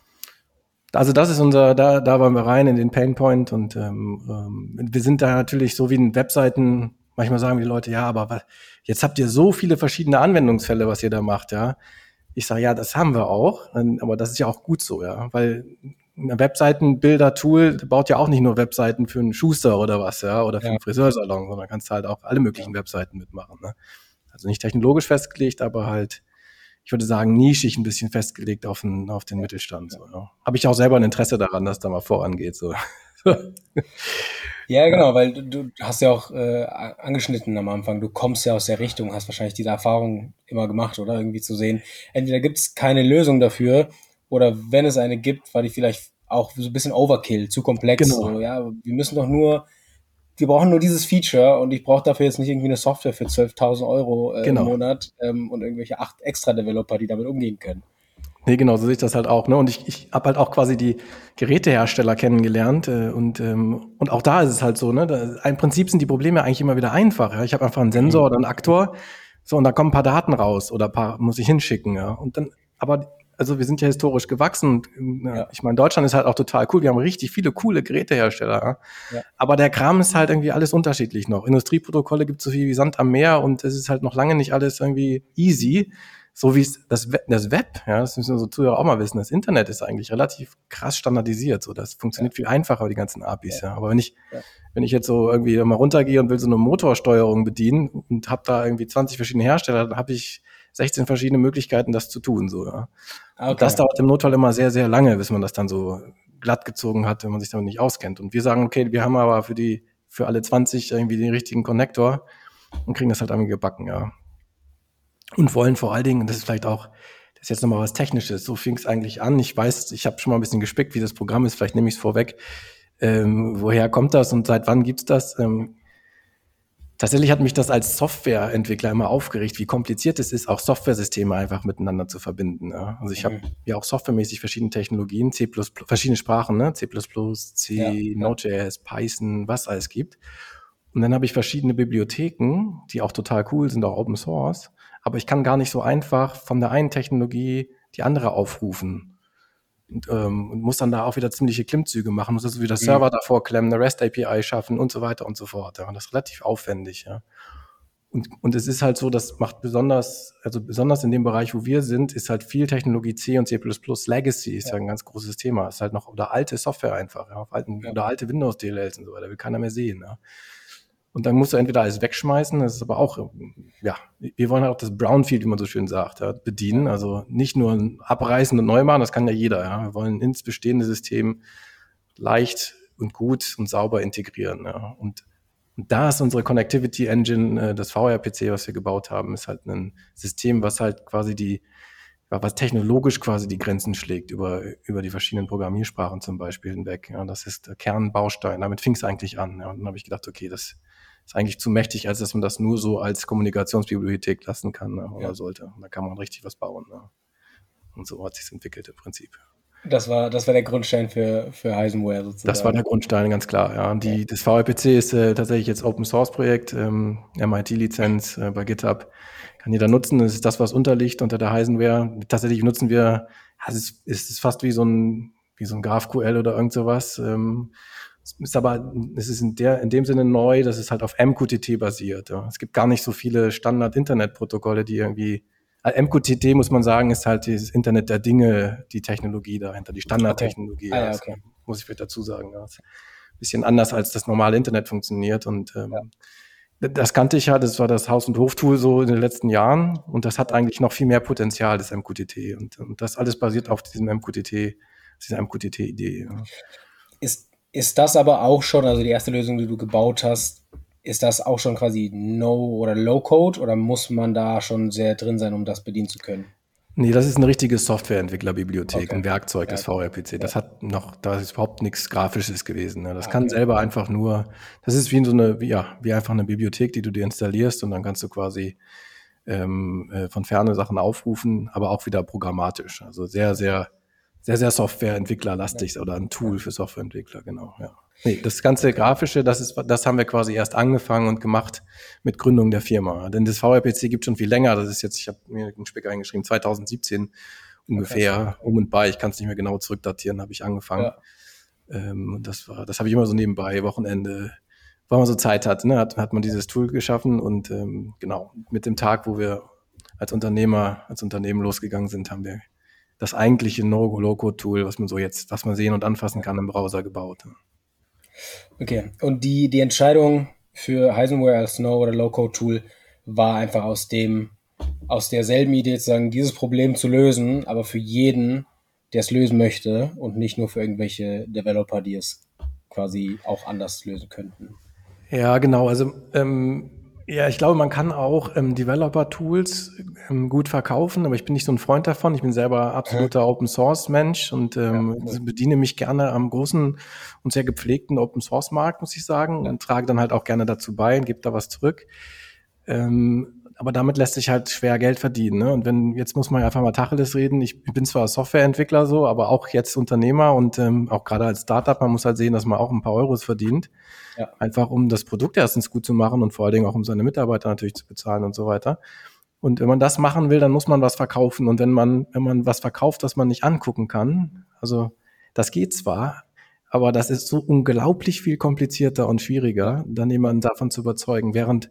Also das ist da wollen wir rein in den Painpoint und wir sind da natürlich so wie in Webseiten, manchmal sagen die Leute, ja, aber jetzt habt ihr so viele verschiedene Anwendungsfälle, was ihr da macht, ja. Ich sage, ja, das haben wir auch, aber das ist ja auch gut so, ja, weil ein Webseitenbilder-Tool baut ja auch nicht nur Webseiten für einen Schuster oder was, ja, oder für einen Friseursalon, sondern kannst halt auch alle möglichen Webseiten mitmachen, ne? Also nicht technologisch festgelegt, aber halt, ich würde sagen, nischig ein bisschen festgelegt auf den Mittelstand. So, ja. Habe ich auch selber ein Interesse daran, dass da mal vorangeht. So. Ja, genau, weil du hast ja auch angeschnitten am Anfang, du kommst ja aus der Richtung, hast wahrscheinlich diese Erfahrung immer gemacht, oder? Irgendwie zu sehen, entweder gibt es keine Lösung dafür oder wenn es eine gibt, war die vielleicht auch so ein bisschen Overkill, zu komplex. Genau. So, ja, wir brauchen nur dieses Feature und ich brauche dafür jetzt nicht irgendwie eine Software für 12.000 Euro im Monat und irgendwelche 8 Extra-Developer, die damit umgehen können. Nee, genau, so sehe ich das halt auch. Ne? Und ich habe halt auch quasi die Gerätehersteller kennengelernt und auch da ist es halt so, ne? Im Prinzip sind die Probleme eigentlich immer wieder einfach. Ja? Ich habe einfach einen Sensor oder einen Aktor, so und da kommen ein paar Daten raus oder ein paar muss ich hinschicken, ja. Und dann, aber also wir sind ja historisch gewachsen. Ich meine, Deutschland ist halt auch total cool. Wir haben richtig viele coole Gerätehersteller. Ja? Ja. Aber der Kram ist halt irgendwie alles unterschiedlich noch. Industrieprotokolle gibt es so viel wie Sand am Meer und es ist halt noch lange nicht alles irgendwie easy. So wie es das Web, ja, das müssen unsere Zuhörer auch mal wissen, das Internet ist eigentlich relativ krass standardisiert. So, das funktioniert viel einfacher, die ganzen APIs. Ja. Aber wenn ich jetzt so irgendwie mal runtergehe und will so eine Motorsteuerung bedienen und habe da irgendwie 20 verschiedene Hersteller, dann habe ich 16 verschiedene Möglichkeiten, das zu tun. So, ja. Okay. Und das dauert im Notfall immer sehr, sehr lange, bis man das dann so glatt gezogen hat, wenn man sich damit nicht auskennt. Und wir sagen, okay, wir haben aber für alle 20 irgendwie den richtigen Connector und kriegen das halt irgendwie gebacken, ja. Und wollen vor allen Dingen, und das ist vielleicht auch, das ist jetzt nochmal was Technisches, so fing es eigentlich an. Ich weiß, ich habe schon mal ein bisschen gespickt, wie das Programm ist, vielleicht nehme ich es vorweg. Woher kommt das und seit wann gibt's das? Tatsächlich hat mich das als Softwareentwickler immer aufgeregt, wie kompliziert es ist, auch Softwaresysteme einfach miteinander zu verbinden. Ja. Also ich habe ja auch softwaremäßig verschiedene Technologien, verschiedene Sprachen, ne? C++, C, Node.js, Python, was alles gibt. Und dann habe ich verschiedene Bibliotheken, die auch total cool sind, auch Open Source. Aber ich kann gar nicht so einfach von der einen Technologie die andere aufrufen. Und muss dann da auch wieder ziemliche Klimmzüge machen, muss also wieder Server davor klemmen, eine REST-API schaffen und so weiter und so fort. Ja. Und das ist relativ aufwendig. Ja. Und es ist halt so, das macht besonders in dem Bereich, wo wir sind, ist halt viel Technologie C und C++. Legacy ist ja ein ganz großes Thema. Ist halt noch, oder alte Software einfach, ja, oder alte Windows-DLLs und so weiter, will keiner mehr sehen. Ja. Und dann musst du entweder alles wegschmeißen, das ist aber auch, ja, wir wollen halt auch das Brownfield, wie man so schön sagt, ja, bedienen. Also nicht nur abreißen und neu machen, das kann ja jeder. Ja. Wir wollen ins bestehende System leicht und gut und sauber integrieren. Ja. Und da ist unsere Connectivity Engine, das VRPC, was wir gebaut haben, ist halt ein System, was halt quasi was technologisch quasi die Grenzen schlägt über die verschiedenen Programmiersprachen zum Beispiel hinweg. Ja, das ist der Kernbaustein. Damit fing es eigentlich an. Ja, und dann habe ich gedacht, okay, das ist eigentlich zu mächtig, als dass man das nur so als Kommunikationsbibliothek lassen kann oder sollte. Und da kann man richtig was bauen. Ja. Und so hat sich entwickelt im Prinzip. Das war der Grundstein für Heisenware sozusagen. Das war der Grundstein, ganz klar. Ja. Und das VRPC ist tatsächlich jetzt Open Source Projekt, MIT-Lizenz bei GitHub. Kann jeder nutzen. Das ist das, was unterliegt unter der Heisenware. Tatsächlich nutzen wir, es ist fast wie so ein GraphQL oder irgend sowas. Es ist in dem Sinne neu, dass es halt auf MQTT basiert. Ja. Es gibt gar nicht so viele Standard-Internet-Protokolle, die irgendwie MQTT, muss man sagen, ist halt dieses Internet der Dinge, die Technologie dahinter, die Standardtechnologie. Okay. Okay. Muss ich vielleicht dazu sagen. Ja. Ist ein bisschen anders, als das normale Internet funktioniert. Und das kannte ich ja, das war das Haus- und Hof-Tool so in den letzten Jahren. Und das hat eigentlich noch viel mehr Potenzial, das MQTT. Und das alles basiert auf dieser MQTT-Idee. Ja. Ist das aber auch schon, also die erste Lösung, die du gebaut hast, ist das auch schon quasi No- oder Low-Code oder muss man da schon sehr drin sein, um das bedienen zu können? Nee, das ist eine richtige Softwareentwicklerbibliothek, ein Werkzeug, das VRPC. Das da ist überhaupt nichts Grafisches gewesen. Ne? Das kann selber einfach nur, das ist wie einfach eine Bibliothek, die du dir installierst und dann kannst du quasi von Ferne Sachen aufrufen, aber auch wieder programmatisch. Also sehr, sehr, sehr, sehr Softwareentwicklerlastig oder ein Tool für Softwareentwickler, genau, ja. Nee, das ganze Grafische, das haben wir quasi erst angefangen und gemacht mit Gründung der Firma. Denn das VRPC gibt schon viel länger. Das ist jetzt, ich habe mir einen Spick eingeschrieben, 2017 ungefähr, um und bei. Ich kann es nicht mehr genau zurückdatieren, habe ich angefangen. Ja. Das habe ich immer so nebenbei, Wochenende, weil man so Zeit hat, ne, hat man dieses Tool geschaffen und genau, mit dem Tag, wo wir als Unternehmen losgegangen sind, haben wir das eigentliche No-Low-Code-Tool, was man sehen und anfassen kann im Browser gebaut. Okay, und die Entscheidung für Heisenware als No- oder Low-Code-Tool war einfach aus derselben Idee zu sagen, dieses Problem zu lösen, aber für jeden, der es lösen möchte und nicht nur für irgendwelche Developer, die es quasi auch anders lösen könnten. Ja, genau. Also ich glaube, man kann auch Developer-Tools gut verkaufen, aber ich bin nicht so ein Freund davon. Ich bin selber absoluter Open-Source-Mensch und bediene mich gerne am großen und sehr gepflegten Open-Source-Markt, muss ich sagen, und trage dann halt auch gerne dazu bei und gebe da was zurück. Aber damit lässt sich halt schwer Geld verdienen. Ne? Und jetzt muss man einfach mal Tacheles reden. Ich bin zwar Softwareentwickler so, aber auch jetzt Unternehmer und auch gerade als Startup, man muss halt sehen, dass man auch ein paar Euros verdient. Ja. Einfach um das Produkt erstens gut zu machen und vor allen Dingen auch um seine Mitarbeiter natürlich zu bezahlen und so weiter. Und wenn man das machen will, dann muss man was verkaufen. Und wenn man was verkauft, was man nicht angucken kann, also das geht zwar, aber das ist so unglaublich viel komplizierter und schwieriger, dann jemanden davon zu überzeugen.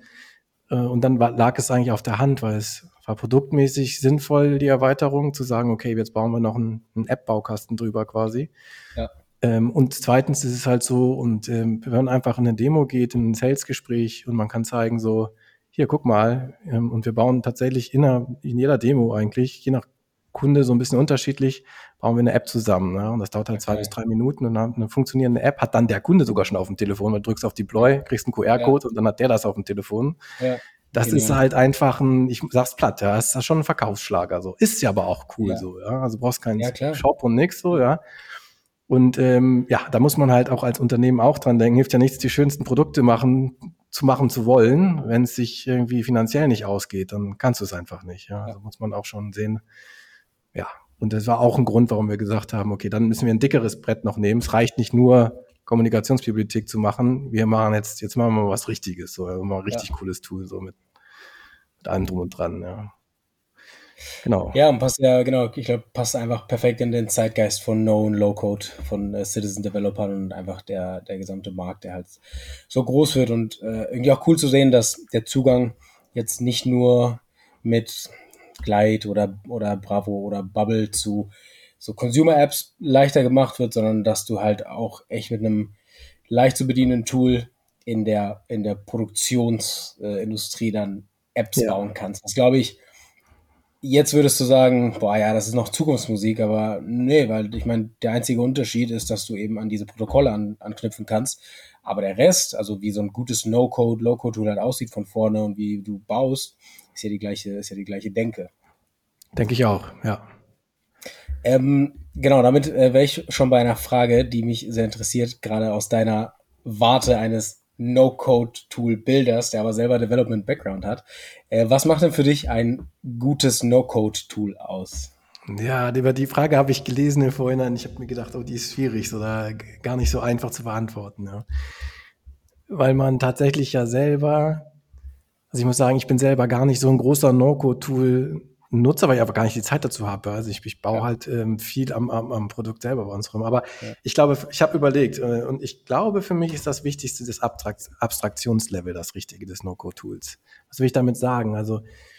Und dann lag es eigentlich auf der Hand, weil es war produktmäßig sinnvoll, die Erweiterung, zu sagen, okay, jetzt bauen wir noch einen App-Baukasten drüber quasi. Ja. Und zweitens ist es halt so, und wenn man einfach in eine Demo geht, in ein Sales-Gespräch und man kann zeigen so, hier, guck mal, und wir bauen tatsächlich in jeder Demo eigentlich, je nach Kunde so ein bisschen unterschiedlich, bauen wir eine App zusammen. Ne? Und das dauert halt 2 bis 3 Minuten und dann eine funktionierende App hat dann der Kunde sogar schon auf dem Telefon, weil du drückst auf Deploy, kriegst einen QR-Code und dann hat der das auf dem Telefon. Ja. Das ist halt einfach ich sag's platt, ja, ist das schon ein Verkaufsschlager so. Ist ja aber auch cool so, ja. Also brauchst keinen Shop und nix so, ja. Und da muss man halt auch als Unternehmen auch dran denken, hilft ja nichts, die schönsten Produkte machen zu wollen, wenn es sich irgendwie finanziell nicht ausgeht, dann kannst du es einfach nicht. Ja, also muss man auch schon sehen. Ja, und das war auch ein Grund, warum wir gesagt haben, okay, dann müssen wir ein dickeres Brett noch nehmen. Es reicht nicht nur, Kommunikationsbibliothek zu machen. Jetzt machen wir mal was Richtiges, so mal ein richtig cooles Tool, so mit allem drum und dran, ja. Genau. Ja, und ich glaube, passt einfach perfekt in den Zeitgeist von No- und Low-Code, von Citizen-Developern und einfach der gesamte Markt, der halt so groß wird und irgendwie auch cool zu sehen, dass der Zugang jetzt nicht nur mit Glide oder Bravo oder Bubble zu so Consumer-Apps leichter gemacht wird, sondern dass du halt auch echt mit einem leicht zu bedienenden Tool in der Produktionsindustrie dann Apps bauen kannst. Das glaube ich, jetzt würdest du sagen, boah, ja, das ist noch Zukunftsmusik, aber nee, weil ich meine, der einzige Unterschied ist, dass du eben an diese Protokolle anknüpfen kannst. Aber der Rest, also wie so ein gutes No-Code, Low-Code-Tool halt aussieht von vorne und wie du baust, ist ja die gleiche Denke. Denke ich auch, ja. Genau, damit wäre ich schon bei einer Frage, die mich sehr interessiert, gerade aus deiner Warte eines No-Code-Tool-Builders, der aber selber Development-Background hat. Was macht denn für dich ein gutes No-Code-Tool aus? Ja, über die Frage habe ich gelesen im Vorhinein. Ich habe mir gedacht, oh, die ist schwierig, so da gar nicht so einfach zu beantworten. Ja. Weil man tatsächlich ja selber, also ich muss sagen, ich bin selber gar nicht so ein großer No-Code-Tool-Nutzer, weil ich aber gar nicht die Zeit dazu habe. Also ich baue halt viel am Produkt selber bei uns rum. Aber ich glaube, ich habe überlegt und ich glaube, für mich ist das Wichtigste das Abstraktionslevel, das Richtige des No-Code-Tools. Was will ich damit sagen? Also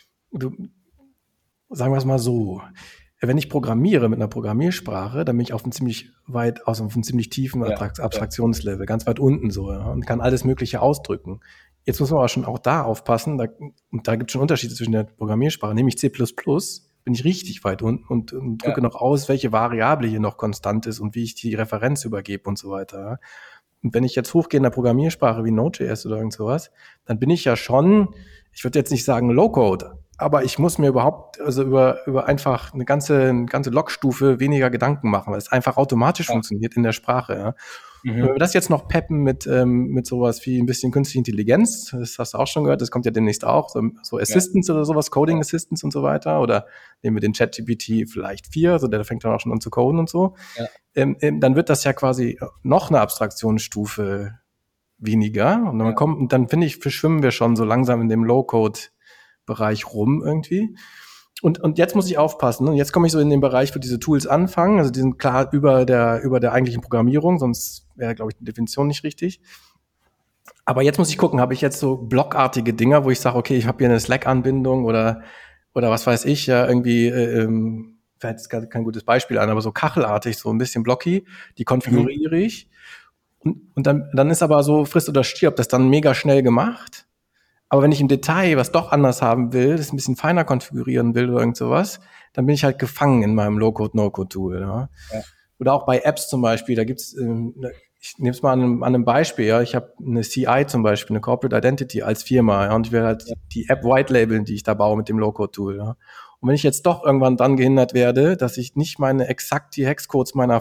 sagen wir es mal so, wenn ich programmiere mit einer Programmiersprache, dann bin ich auf einem ziemlich tiefen Abstraktionslevel, ganz weit unten so, ja, und kann alles Mögliche ausdrücken. Jetzt muss man aber schon auch da aufpassen, da gibt es schon Unterschiede zwischen der Programmiersprache, nämlich C++, bin ich richtig weit unten und drücke noch aus, welche Variable hier noch konstant ist und wie ich die Referenz übergebe und so weiter. Ja. Und wenn ich jetzt hochgehe in der Programmiersprache wie Node.js oder irgend sowas, dann bin ich ja schon, ich würde jetzt nicht sagen Low-Code, aber ich muss mir überhaupt, also über einfach eine ganze Logstufe weniger Gedanken machen, weil es einfach automatisch funktioniert in der Sprache. Ja. Und wenn wir das jetzt noch peppen mit sowas wie ein bisschen künstliche Intelligenz, das hast du auch schon gehört, das kommt ja demnächst auch, so Assistants oder sowas, Coding Assistants und so weiter, oder nehmen wir den ChatGPT vielleicht 4, so der fängt dann auch schon an zu coden und so, dann wird das ja quasi noch eine Abstraktionsstufe weniger und dann finde ich, verschwimmen wir schon so langsam in dem Low-Code-Bereich rum irgendwie. Und jetzt muss ich aufpassen. Und jetzt komme ich so in den Bereich, wo diese Tools anfangen. Also die sind klar über der eigentlichen Programmierung, sonst wäre, glaube ich, die Definition nicht richtig. Aber jetzt muss ich gucken, habe ich jetzt so blockartige Dinger, wo ich sage, okay, ich habe hier eine Slack-Anbindung oder was weiß ich, ja, irgendwie, fällt jetzt kein gutes Beispiel an, aber so kachelartig, so ein bisschen blocky, die konfiguriere ich. Und dann ist aber so, frisst oder stirbt, das dann mega schnell gemacht. Aber wenn ich im Detail was doch anders haben will, das ein bisschen feiner konfigurieren will oder irgend sowas, dann bin ich halt gefangen in meinem Low-Code-No-Code-Tool. Ja. Oder auch bei Apps zum Beispiel, da gibt's, ich nehme es mal an einem Beispiel, ja, ich habe eine CI zum Beispiel, eine Corporate Identity als Firma, ja, und ich will halt die App white-labeln, die ich da baue mit dem Low-Code-Tool. Ja. Und wenn ich jetzt doch irgendwann dann gehindert werde, dass ich nicht exakt die Hexcodes meiner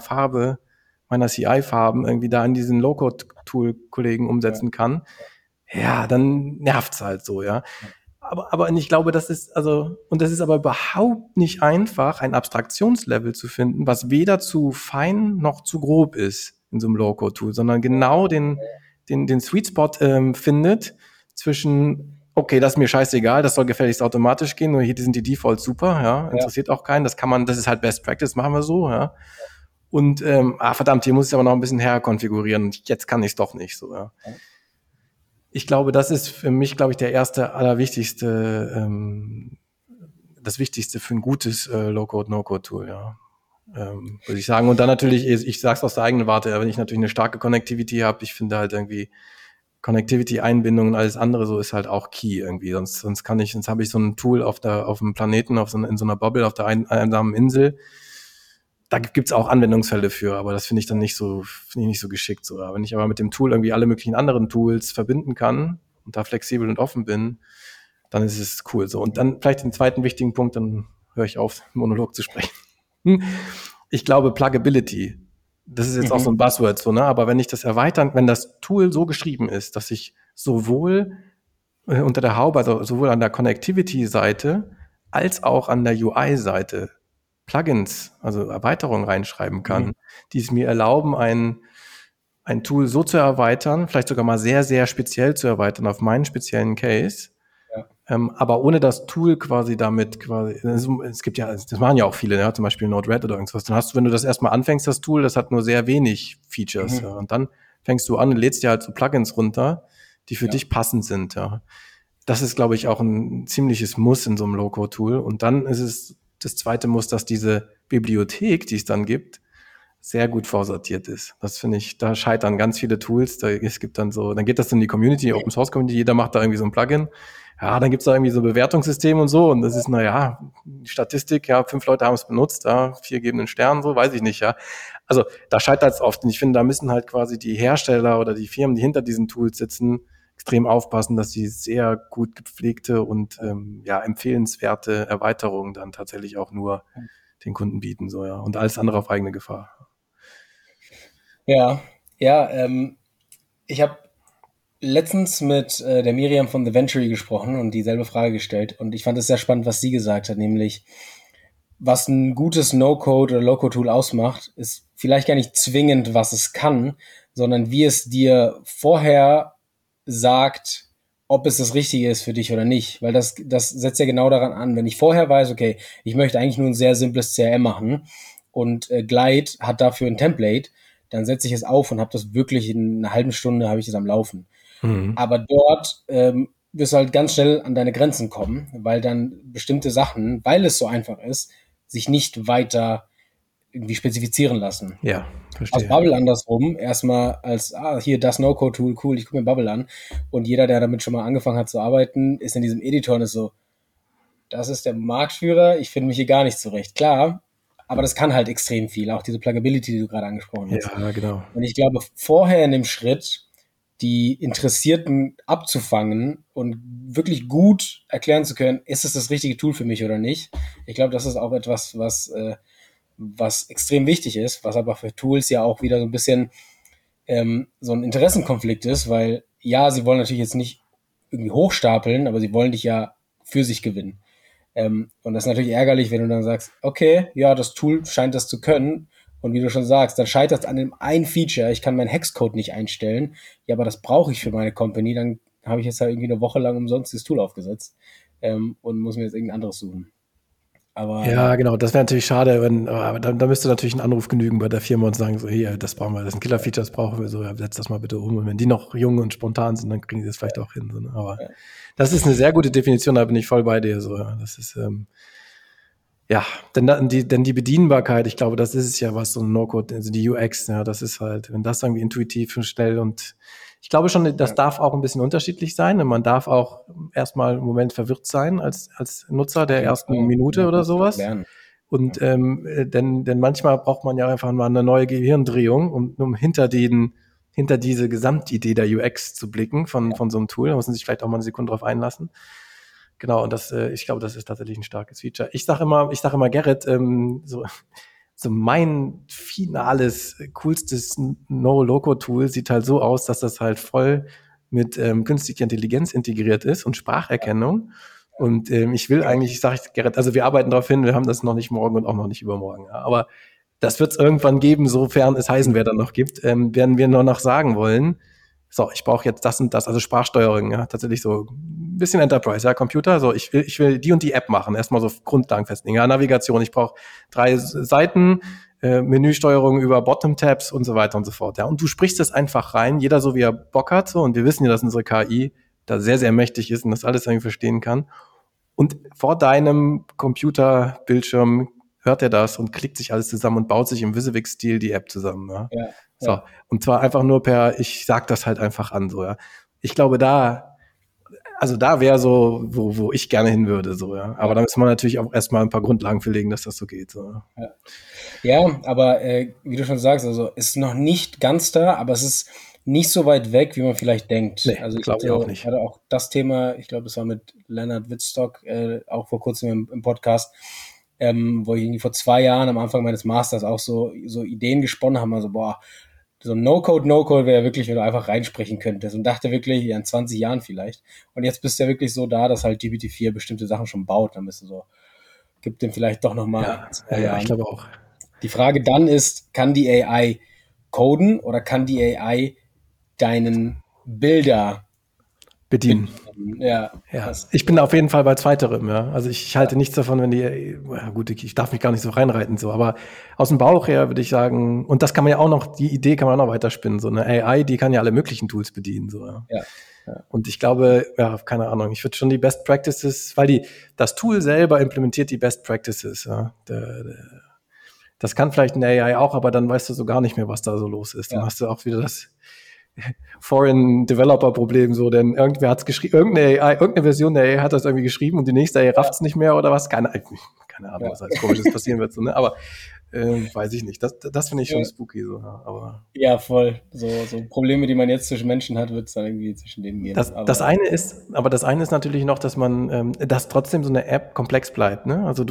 CI-Farben irgendwie da in diesen Low-Code-Tool-Kollegen umsetzen kann, ja, dann nervt's halt so, ja. Aber ich glaube, das ist aber überhaupt nicht einfach, ein Abstraktionslevel zu finden, was weder zu fein noch zu grob ist in so einem Low-Code-Tool, sondern genau den Sweet Spot findet zwischen okay, das ist mir scheißegal, das soll gefälligst automatisch gehen, nur hier sind die Defaults super, ja, Ja. interessiert auch keinen, das ist halt Best Practice, machen wir so, ja. Und verdammt, hier muss ich aber noch ein bisschen herkonfigurieren und jetzt kann ich es doch nicht so, ja. Ich glaube, das ist für mich, glaube ich, der erste, allerwichtigste, das Wichtigste für ein gutes Low-Code, No-Code-Tool, ja. Würde ich sagen. Und dann natürlich, ich sage es aus der eigenen Warte, wenn ich natürlich eine starke Connectivity habe, ich finde halt irgendwie Connectivity-Einbindung und alles andere so ist halt auch key irgendwie. Sonst habe ich so ein Tool auf dem Planeten, in so einer Bubble auf der einsamen Insel. Da gibt's auch Anwendungsfälle für, aber das finde ich nicht so geschickt. So. Wenn ich aber mit dem Tool irgendwie alle möglichen anderen Tools verbinden kann und da flexibel und offen bin, dann ist es cool so. Und dann vielleicht den zweiten wichtigen Punkt, dann höre ich auf, Monolog zu sprechen. Ich glaube, Pluggability, das ist jetzt auch so ein Buzzword, so, ne? Aber wenn das Tool so geschrieben ist, dass ich sowohl unter der Haube, also sowohl an der Connectivity-Seite als auch an der UI-Seite Plugins, also Erweiterungen reinschreiben kann, die es mir erlauben, ein Tool so zu erweitern, vielleicht sogar mal sehr, sehr speziell zu erweitern auf meinen speziellen Case, aber ohne das Tool es gibt ja, das machen ja auch viele, ja, zum Beispiel Node-RED oder irgendwas, dann hast du, wenn du das erstmal anfängst, das Tool, das hat nur sehr wenig Features, ja, und dann fängst du an und lädst dir halt so Plugins runter, die für dich passend sind, ja. Das ist, glaube ich, auch ein ziemliches Muss in so einem Low-Code-Tool. Und dann ist es das zweite Muss, dass diese Bibliothek, die es dann gibt, sehr gut vorsortiert ist. Das finde ich, da scheitern ganz viele Tools. Dann geht das in die Community, die Open Source Community, jeder macht da irgendwie so ein Plugin. Ja, dann gibt's da irgendwie so ein Bewertungssystem und so. Und das ist, die Statistik, ja, 5 Leute haben es benutzt, ja, 4 geben einen Stern, so, weiß ich nicht, ja. Also da scheitert es oft. Und ich finde, da müssen halt quasi die Hersteller oder die Firmen, die hinter diesen Tools sitzen, extrem aufpassen, dass sie sehr gut gepflegte und empfehlenswerte Erweiterungen dann tatsächlich auch nur den Kunden bieten, so, ja. Und alles andere auf eigene Gefahr. Ja, ich habe letztens mit der Miriam von The Ventury gesprochen und dieselbe Frage gestellt. Und ich fand es sehr spannend, was sie gesagt hat, nämlich, was ein gutes No-Code oder Low-Code-Tool ausmacht, ist vielleicht gar nicht zwingend, was es kann, sondern wie es dir vorher sagt, ob es das Richtige ist für dich oder nicht. Weil das setzt ja genau daran an. Wenn ich vorher weiß, okay, ich möchte eigentlich nur ein sehr simples CRM machen und Glide hat dafür ein Template, dann setze ich es auf und habe das wirklich in einer halben Stunde habe ich es am Laufen. Aber dort wirst du halt ganz schnell an deine Grenzen kommen, weil dann bestimmte Sachen, weil es so einfach ist, sich nicht weiter irgendwie spezifizieren lassen. Ja, Aus verstehe. Bubble andersrum, erstmal als, hier das No-Code-Tool, cool, ich gucke mir Bubble an. Und jeder, der damit schon mal angefangen hat zu arbeiten, ist in diesem Editor und ist so, das ist der Marktführer, ich finde mich hier gar nicht zurecht. Klar, aber das kann halt extrem viel, auch diese Pluggability, die du gerade angesprochen hast. Ja, genau. Und ich glaube, vorher in dem Schritt die Interessierten abzufangen und wirklich gut erklären zu können, ist es das richtige Tool für mich oder nicht. Ich glaube, das ist auch etwas, was extrem wichtig ist, was aber für Tools ja auch wieder so ein bisschen so ein Interessenkonflikt ist, weil ja, sie wollen natürlich jetzt nicht irgendwie hochstapeln, aber sie wollen dich ja für sich gewinnen. Und das ist natürlich ärgerlich, wenn du dann sagst, okay, ja, das Tool scheint das zu können. Und wie du schon sagst, dann scheitert es an dem einen Feature. Ich kann meinen Hexcode nicht einstellen. Ja, aber das brauche ich für meine Company. Dann habe ich jetzt halt irgendwie eine Woche lang umsonst dieses Tool aufgesetzt und muss mir jetzt irgendein anderes suchen. Aber Ja, genau, das wäre natürlich schade, aber da müsste natürlich ein Anruf genügen bei der Firma und sagen so, hier, das brauchen wir, das ist ein Killer-Feature, das brauchen wir so, ja, setz das mal bitte um. Und wenn die noch jung und spontan sind, dann kriegen sie es vielleicht auch hin. So, ne? Aber das ist eine sehr gute Definition, da bin ich voll bei dir. So, ja. Das ist, denn die Bedienbarkeit, ich glaube, das ist es ja, was so ein No-Code, also die UX, ja, das ist halt, wenn das irgendwie intuitiv und schnell und ich glaube schon, das darf auch ein bisschen unterschiedlich sein und man darf auch erstmal im Moment verwirrt sein als Nutzer der ersten Minute oder sowas. Und denn manchmal braucht man ja einfach mal eine neue Gehirndrehung, um hinter diese Gesamtidee der UX zu blicken von so einem Tool. Da muss man sich vielleicht auch mal eine Sekunde drauf einlassen. Genau, und ich glaube, das ist tatsächlich ein starkes Feature. Ich sage immer, Gerrit, so mein finales, coolstes No-Loco-Tool sieht halt so aus, dass das halt voll mit künstlicher Intelligenz integriert ist und Spracherkennung. Und ich sage Gerrit, also wir arbeiten darauf hin, wir haben das noch nicht morgen und auch noch nicht übermorgen. Ja. Aber das wird es irgendwann geben, sofern es Heisenware dann noch gibt, werden wir nur noch sagen wollen, so, ich brauche jetzt das und das, also Sprachsteuerung, ja, tatsächlich so ein bisschen Enterprise, ja, Computer, so, ich will die und die App machen, erstmal so Grundlagen festlegen, ja, Navigation, ich brauche 3 Seiten, Menüsteuerung über Bottom-Tabs und so weiter und so fort, ja, und du sprichst es einfach rein, jeder so, wie er Bock hat, so, und wir wissen ja, dass unsere KI da sehr, sehr mächtig ist und das alles irgendwie verstehen kann. Und vor deinem Computerbildschirm hört er das und klickt sich alles zusammen und baut sich im Visivix-Stil die App zusammen. Ja? Ja, So, ja. und zwar einfach nur ich sag das halt einfach an. So, ja. Ich glaube, also da wäre so, wo ich gerne hin würde. So, ja. Aber Ja. da muss man natürlich auch erstmal ein paar Grundlagen verlegen, dass das so geht. So. Ja, ja, aber wie du schon sagst, also ist noch nicht ganz da, aber es ist nicht so weit weg, wie man vielleicht denkt. Nee, Also ich glaube ich auch nicht. hatte auch das Thema, ich glaube, das war mit Leonard Wittstock, auch vor kurzem im Podcast, wo ich irgendwie vor 2 Jahren am Anfang meines Masters auch so Ideen gesponnen habe, also boah, so No-Code, No-Code wäre wirklich, wenn du einfach reinsprechen könntest und dachte wirklich, ja, in 20 Jahren vielleicht. Und jetzt bist du ja wirklich so da, dass halt GPT-4 bestimmte Sachen schon baut. Dann bist du so, gibt dem vielleicht doch nochmal Ja, in zwei ja, ja, ich Jahren. glaube auch. Die Frage dann ist, kann die AI coden oder kann die AI deinen Bilder Bedienen. bedienen? Ja, Ja, das, ich bin auf jeden Fall bei zweiterem, ja. Also ich ja, halte nichts davon, wenn ja gut, ich darf mich gar nicht so reinreiten, so, aber aus dem Bauch her würde ich sagen, und das kann man ja auch noch, die Idee kann man auch noch weiterspinnen, so eine AI, die kann ja alle möglichen Tools bedienen, so, ja. ja, ja, Und ich glaube, ja, keine Ahnung, ich würde schon die Best Practices, weil das Tool selber implementiert die Best Practices, ja. Das kann vielleicht eine AI auch, aber dann weißt du so gar nicht mehr, was da so los ist. Dann ja, hast du auch wieder das Foreign Developer Problem, so, denn irgendwer hat es geschrieben, irgendeine Version der AI hat das irgendwie geschrieben und die nächste AI rafft es nicht mehr oder was? Keine Ahnung, was ja. alles Komisches passieren wird, so, ne? Aber weiß ich nicht. Das finde ich schon Ja, spooky, so, ja. Aber ja, voll. So Probleme, die man jetzt zwischen Menschen hat, wird es dann irgendwie zwischen denen geben. Aber das eine ist natürlich noch, dass dass trotzdem so eine App komplex bleibt, ne? Also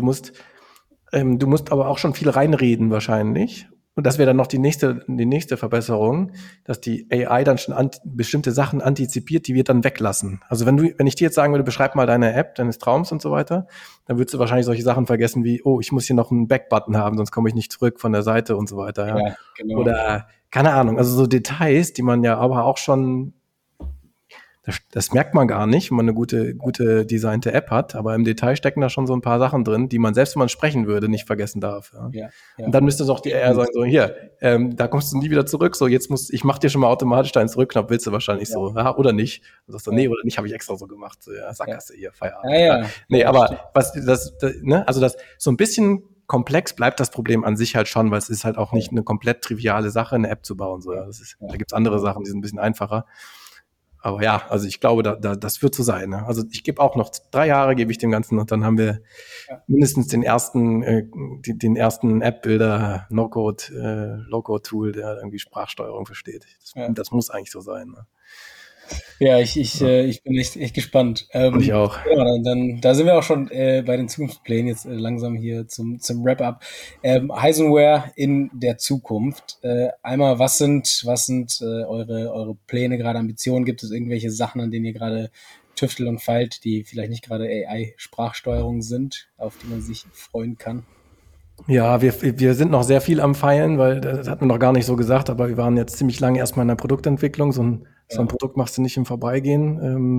du musst aber auch schon viel reinreden wahrscheinlich. Und das wäre dann noch die nächste Verbesserung, dass die AI dann schon bestimmte Sachen antizipiert, die wir dann weglassen. Also wenn ich dir jetzt sagen würde, beschreib mal deine App deines Traums und so weiter, dann würdest du wahrscheinlich solche Sachen vergessen wie, oh, ich muss hier noch einen Back-Button haben, sonst komme ich nicht zurück von der Seite und so weiter, ja. ja, genau. Oder, keine Ahnung, also so Details, die man ja aber auch schon das merkt man gar nicht, wenn man eine gute designte App hat, aber im Detail stecken da schon so ein paar Sachen drin, die man selbst, wenn man sprechen würde, nicht vergessen darf. Ja. Ja, Und ja. dann müsste doch die AI sagen, so, hier, da kommst du nie wieder zurück, so, ich mach dir schon mal automatisch deinen Zurückknopf, willst du wahrscheinlich Ja, so, ja, oder nicht? Und sagst du, ja, nee, oder nicht, habe ich extra so gemacht, so, ja, ja. Sackgasse hier, Ja, Feierabend. Ja. ja, Nee, ja, stimmt. aber ne, also das, so ein bisschen komplex bleibt das Problem an sich halt schon, weil es ist halt auch nicht eine komplett triviale Sache, eine App zu bauen, so, ja, Ja, da gibt's andere genau. Sachen, die sind ein bisschen einfacher. Aber ja, also ich glaube, das wird so sein. Ne? Also ich gebe auch noch 3 Jahre, gebe ich dem Ganzen und dann haben wir Ja, mindestens den ersten App-Builder, No-Code, Low-Code-Tool, der irgendwie Sprachsteuerung versteht. ja. Das muss eigentlich so sein. Ne? Ja, Ja, ich bin echt gespannt. und ich auch. Ja, da sind wir auch schon bei den Zukunftsplänen jetzt langsam hier zum Wrap-up. Heisenware in der Zukunft. Einmal, was sind eure Pläne, gerade Ambitionen? Gibt es irgendwelche Sachen, an denen ihr gerade tüftelt und feilt, die vielleicht nicht gerade AI-Sprachsteuerung sind, auf die man sich freuen kann? Ja, wir sind noch sehr viel am Feilen, weil das hat man noch gar nicht so gesagt, aber wir waren jetzt ziemlich lange erstmal in der Produktentwicklung. So ein Ja, Produkt machst du nicht im Vorbeigehen.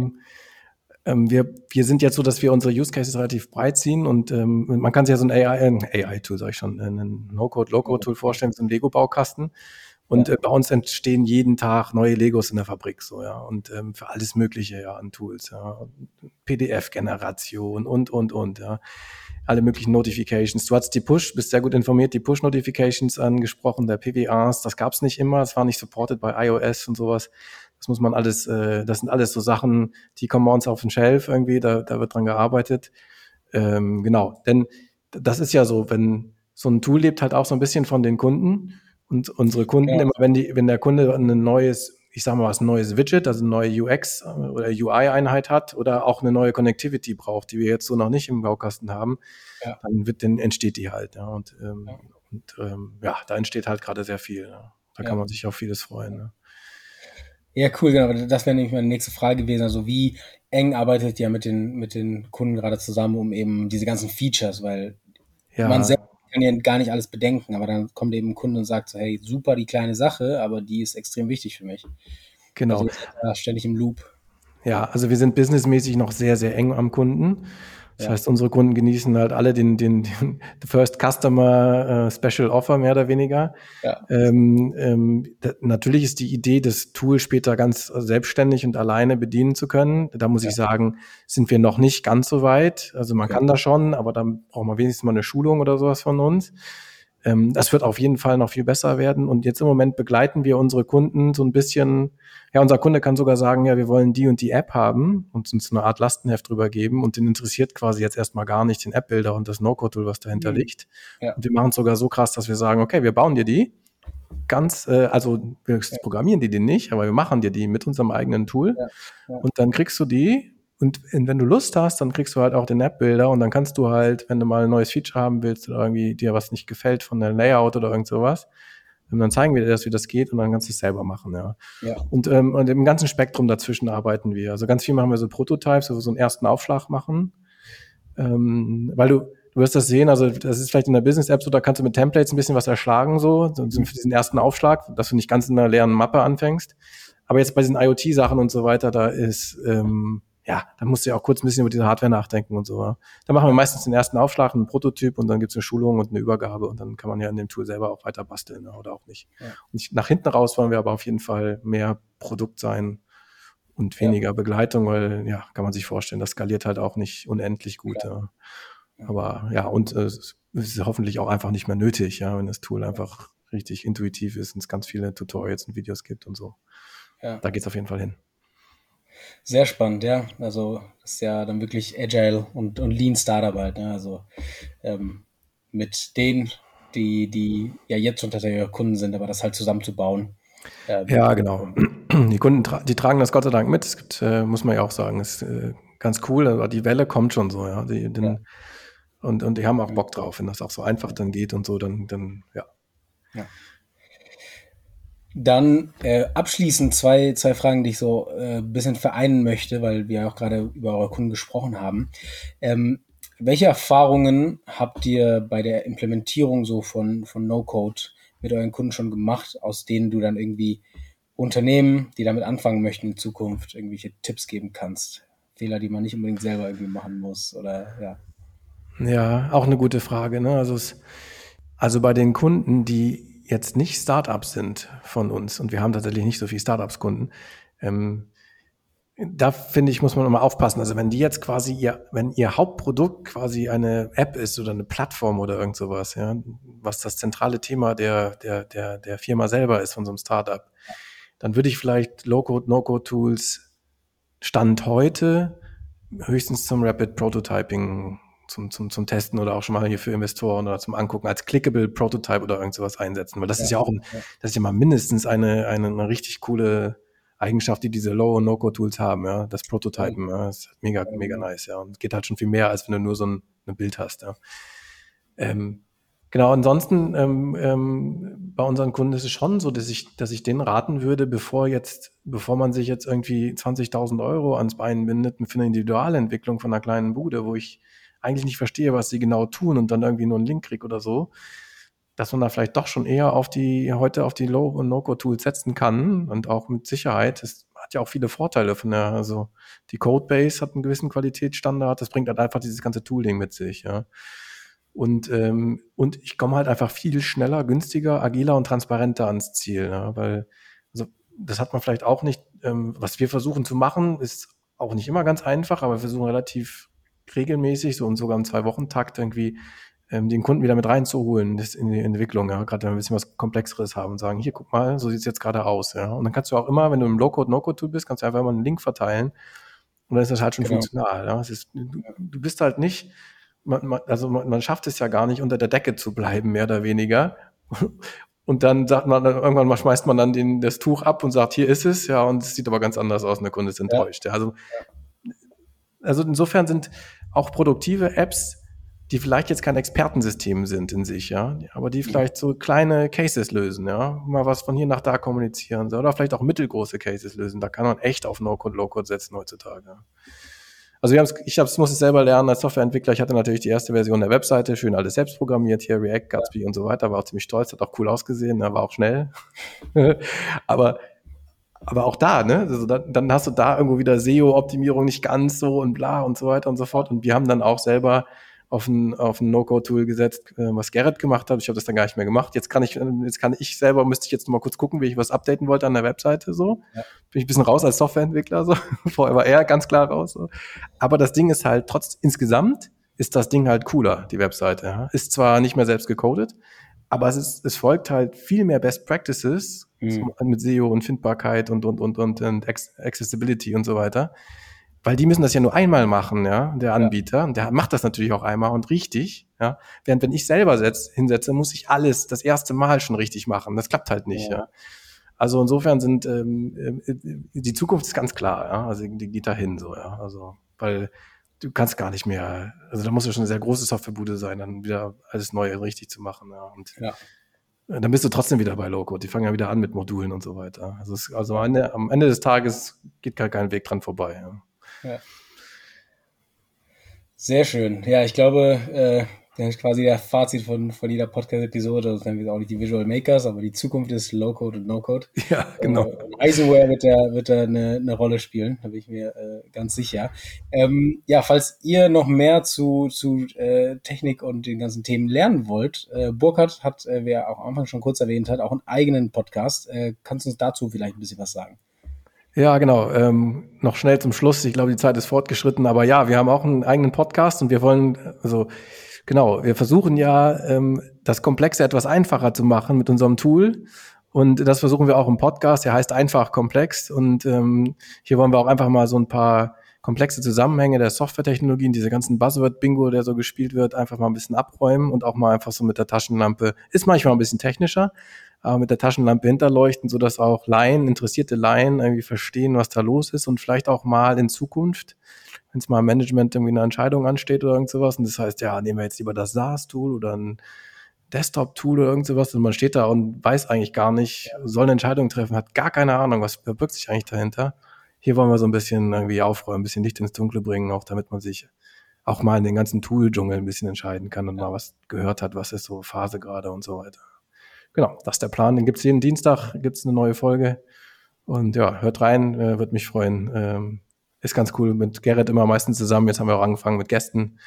Wir sind jetzt so, dass wir unsere Use Cases relativ breit ziehen und man kann sich ja so ein AI-Tool, sag ich schon, ein No-Code, Low-Code-Tool vorstellen, so ein Lego-Baukasten. Und ja, bei uns entstehen jeden Tag neue Legos in der Fabrik, so, ja. Und für alles Mögliche, ja, an Tools, ja. PDF-Generation und, ja. Alle möglichen Notifications. Du hast bist sehr gut informiert, die Push-Notifications angesprochen, der PWAs, das gab's nicht immer, das war nicht supported bei iOS und sowas. Das muss man alles, das sind alles so Sachen, die kommen bei uns auf den Shelf irgendwie, da wird dran gearbeitet. Genau, denn das ist ja so, wenn so ein Tool lebt halt auch so ein bisschen von den Kunden und unsere Kunden, genau. immer wenn der Kunde ich sag mal was, ein neues Widget, also eine neue UX oder UI-Einheit hat oder auch eine neue Connectivity braucht, die wir jetzt so noch nicht im Baukasten haben, Ja, dann entsteht die halt, ja. ja, Ja, da entsteht halt gerade sehr viel. Ja. Da kann ja. man sich auf vieles freuen. Ne? Ja, cool, genau. Das wäre nämlich meine nächste Frage gewesen. Also wie eng arbeitet ihr mit den Kunden gerade zusammen, um eben diese ganzen Features, weil man Ja, selbst kann ja gar nicht alles bedenken, aber dann kommt eben ein Kunde und sagt so, hey, super die kleine Sache, aber die ist extrem wichtig für mich. Also genau. ihr seid da ständig im Loop. Ja, also wir sind businessmäßig noch sehr, sehr eng am Kunden. Das heißt, unsere Kunden genießen halt alle den First Customer Special Offer mehr oder weniger. Ja, Natürlich ist die Idee, das Tool später ganz selbstständig und alleine bedienen zu können. Da muss ich sagen, sind wir noch nicht ganz so weit. Also man kann das schon, aber dann braucht man wenigstens mal eine Schulung oder sowas von uns. Das wird auf jeden Fall noch viel besser werden. Und jetzt im Moment begleiten wir unsere Kunden so ein bisschen. Ja, unser Kunde kann sogar sagen, ja, wir wollen die und die App haben und uns so eine Art Lastenheft drüber geben. Und den interessiert quasi jetzt erstmal gar nicht den App-Builder und das No-Code-Tool, was dahinter liegt. Ja. Und wir machen es sogar so krass, dass wir sagen, okay, wir bauen dir die also wir programmieren die nicht, aber wir machen dir die mit unserem eigenen Tool. Und dann kriegst du die. Und wenn du Lust hast, dann kriegst du halt auch den App-Builder und dann kannst du halt, wenn du mal ein neues Feature haben willst oder irgendwie dir was nicht gefällt von der Layout oder irgend sowas, dann zeigen wir dir das, wie das geht und dann kannst du es selber machen, ja. Und im ganzen Spektrum dazwischen arbeiten wir. Also ganz viel machen wir so Prototypes, wo wir so einen ersten Aufschlag machen. Weil du wirst das sehen, also das ist vielleicht in der Business-App so, da kannst du mit Templates ein bisschen was erschlagen, so für diesen ersten Aufschlag, dass du nicht ganz in einer leeren Mappe anfängst. Aber jetzt bei diesen IoT-Sachen und so weiter, da ist, da musst du ja auch kurz ein bisschen über diese Hardware nachdenken und so. Ja. Da machen wir meistens den ersten Aufschlag, einen Prototyp und dann gibt's eine Schulung und eine Übergabe und dann kann man ja in dem Tool selber auch weiter basteln, ja, oder auch nicht. Ja. Und nach hinten raus wollen wir aber auf jeden Fall mehr Produkt sein und weniger Begleitung, weil, ja, kann man sich vorstellen, das skaliert halt auch nicht unendlich gut. Ja. Aber ja, und es ist hoffentlich auch einfach nicht mehr nötig, ja, wenn das Tool einfach richtig intuitiv ist und es ganz viele Tutorials und Videos gibt und so. Ja. Da geht's auf jeden Fall hin. Sehr spannend, ja. Also das ist ja dann wirklich Agile und Lean Startup halt, ne? Also mit denen, die ja jetzt unter der Kunden sind, aber das halt zusammenzubauen. Ja, genau. Die Kunden, die tragen das Gott sei Dank mit. Es gibt, muss man ja auch sagen, ist ganz cool, aber die Welle kommt schon so, ja. Und die haben auch Bock drauf, wenn das auch so einfach dann geht und so, dann ja. Dann abschließend zwei Fragen, die ich so ein bisschen vereinen möchte, weil wir auch gerade über eure Kunden gesprochen haben. Welche Erfahrungen habt ihr bei der Implementierung so von No-Code mit euren Kunden schon gemacht, aus denen du dann irgendwie Unternehmen, die damit anfangen möchten in Zukunft, irgendwelche Tipps geben kannst? Fehler, die man nicht unbedingt selber irgendwie machen muss oder ja. Ja, auch eine gute Frage, ne? Also bei den Kunden, die jetzt nicht Startups sind von uns, und wir haben tatsächlich nicht so viele Startups-Kunden, da finde ich, muss man immer aufpassen. Also wenn die jetzt quasi wenn ihr Hauptprodukt quasi eine App ist oder eine Plattform oder irgend sowas, ja, was das zentrale Thema der Firma selber ist von so einem Startup, dann würde ich vielleicht Low-Code, No-Code-Tools Stand heute höchstens zum Rapid Prototyping, zum Testen oder auch schon mal hier für Investoren oder zum Angucken als clickable Prototype oder irgend sowas einsetzen. Weil das ist ja auch das ist ja mal mindestens eine richtig coole Eigenschaft, die diese Low- und No-Code-Tools haben, ja. Das Prototypen, ja, das ist mega nice, ja. Und geht halt schon viel mehr, als wenn du nur so ein Bild hast, ja. Genau, ansonsten bei unseren Kunden ist es schon so, dass ich denen raten würde, bevor man sich jetzt irgendwie 20.000 Euro ans Bein bindet für eine Individualentwicklung von einer kleinen Bude, wo ich eigentlich nicht verstehe, was sie genau tun und dann irgendwie nur einen Link kriege oder so, dass man da vielleicht doch schon eher auf die Low- und No-Code-Tools setzen kann und auch mit Sicherheit. Es hat ja auch viele Vorteile also die Codebase hat einen gewissen Qualitätsstandard, das bringt halt einfach dieses ganze Tooling mit sich, ja. Und ich komme halt einfach viel schneller, günstiger, agiler und transparenter ans Ziel, ja, weil also das hat man vielleicht auch nicht. Was wir versuchen zu machen, ist auch nicht immer ganz einfach, aber wir versuchen relativ regelmäßig, so und sogar im 2-Wochen-Takt irgendwie den Kunden wieder mit reinzuholen in die Entwicklung, ja, gerade wenn wir ein bisschen was Komplexeres haben und sagen, hier, guck mal, so sieht's jetzt gerade aus, ja. Und dann kannst du auch immer, wenn du im Low-Code, No-Code-Tool bist, kannst du einfach immer einen Link verteilen und dann ist das halt schon funktional, ja. Du bist halt nicht, man schafft es ja gar nicht, unter der Decke zu bleiben, mehr oder weniger. Und dann sagt man, irgendwann mal schmeißt man dann das Tuch ab und sagt, hier ist es, ja, und es sieht aber ganz anders aus und der Kunde ist enttäuscht. Ja. Also insofern sind auch produktive Apps, die vielleicht jetzt kein Expertensystem sind in sich, ja, aber die vielleicht so kleine Cases lösen, ja, mal was von hier nach da kommunizieren, oder vielleicht auch mittelgroße Cases lösen. Da kann man echt auf No-Code, Low-Code setzen heutzutage. Ja. Also ich muss es selber lernen als Softwareentwickler. Ich hatte natürlich die erste Version der Webseite, schön alles selbst programmiert, hier React, Gatsby und so weiter, war auch ziemlich stolz, hat auch cool ausgesehen, war auch schnell. aber aber auch da, ne, also dann hast du da irgendwo wieder SEO-Optimierung nicht ganz so und bla und so weiter und so fort. Und wir haben dann auch selber auf ein No-Code-Tool gesetzt, was Gerrit gemacht hat. Ich habe das dann gar nicht mehr gemacht. Jetzt kann ich selber, müsste ich jetzt noch mal kurz gucken, wie ich was updaten wollte an der Webseite, so. Ja. Bin ich ein bisschen raus als Softwareentwickler, so. Vorher war er ganz klar raus, so. Aber das Ding ist halt insgesamt ist das Ding halt cooler, die Webseite, ja. Ist zwar nicht mehr selbst gecodet, aber es folgt halt viel mehr Best Practices mit SEO und Findbarkeit und Accessibility und so weiter. Weil die müssen das ja nur einmal machen, ja, der Anbieter. Und der macht das natürlich auch einmal und richtig, ja. Während wenn ich selber hinsetze, muss ich alles das erste Mal schon richtig machen. Das klappt halt nicht, ja. Also insofern die Zukunft ist ganz klar, ja. Also die geht dahin so, ja. Also, weil du kannst gar nicht mehr, also da muss ja schon eine sehr große Softwarebude sein, dann wieder alles Neue richtig zu machen, ja. Und dann bist du trotzdem wieder bei Low-Code. Die fangen ja wieder an mit Modulen und so weiter. Also am Ende des Tages geht gar kein Weg dran vorbei, ja. Ja. Sehr schön. Ja, ich glaube, das ist quasi der Fazit von jeder Podcast-Episode. Das sind auch nicht die Visual Makers, aber die Zukunft ist Low-Code und No-Code. Ja, genau. Heisenware wird da eine Rolle spielen, da bin ich mir ganz sicher. Falls ihr noch mehr zu Technik und den ganzen Themen lernen wollt, Burkhard hat, wer auch am Anfang schon kurz erwähnt hat, auch einen eigenen Podcast. Kannst du uns dazu vielleicht ein bisschen was sagen? Ja, genau. Noch schnell zum Schluss. Ich glaube, die Zeit ist fortgeschritten. Aber ja, wir haben auch einen eigenen Podcast und wir wollen, also genau, wir versuchen ja, das Komplexe etwas einfacher zu machen mit unserem Tool. Und das versuchen wir auch im Podcast. Der heißt einfach komplex. Und hier wollen wir auch einfach mal so ein paar komplexe Zusammenhänge der Softwaretechnologien, diese ganzen Buzzword-Bingo, der so gespielt wird, einfach mal ein bisschen abräumen und auch mal einfach so mit der Taschenlampe. Ist manchmal ein bisschen technischer, aber mit der Taschenlampe hinterleuchten, so dass auch interessierte Laien irgendwie verstehen, was da los ist und vielleicht auch mal in Zukunft, wenn es mal im Management irgendwie eine Entscheidung ansteht oder irgend sowas und das heißt, ja, nehmen wir jetzt lieber das SaaS-Tool oder ein Desktop-Tool oder irgend sowas und man steht da und weiß eigentlich gar nicht, soll eine Entscheidung treffen, hat gar keine Ahnung, was verbirgt sich eigentlich dahinter. Hier wollen wir so ein bisschen irgendwie aufräumen, ein bisschen Licht ins Dunkle bringen, auch damit man sich auch mal in den ganzen Tool-Dschungel ein bisschen entscheiden kann und mal was gehört hat, was ist so Phase gerade und so weiter. Genau, das ist der Plan. Den gibt's jeden Dienstag, gibt's eine neue Folge. Und ja, hört rein, würde mich freuen. Ist ganz cool mit Gerrit immer meistens zusammen. Jetzt haben wir auch angefangen mit Gästen.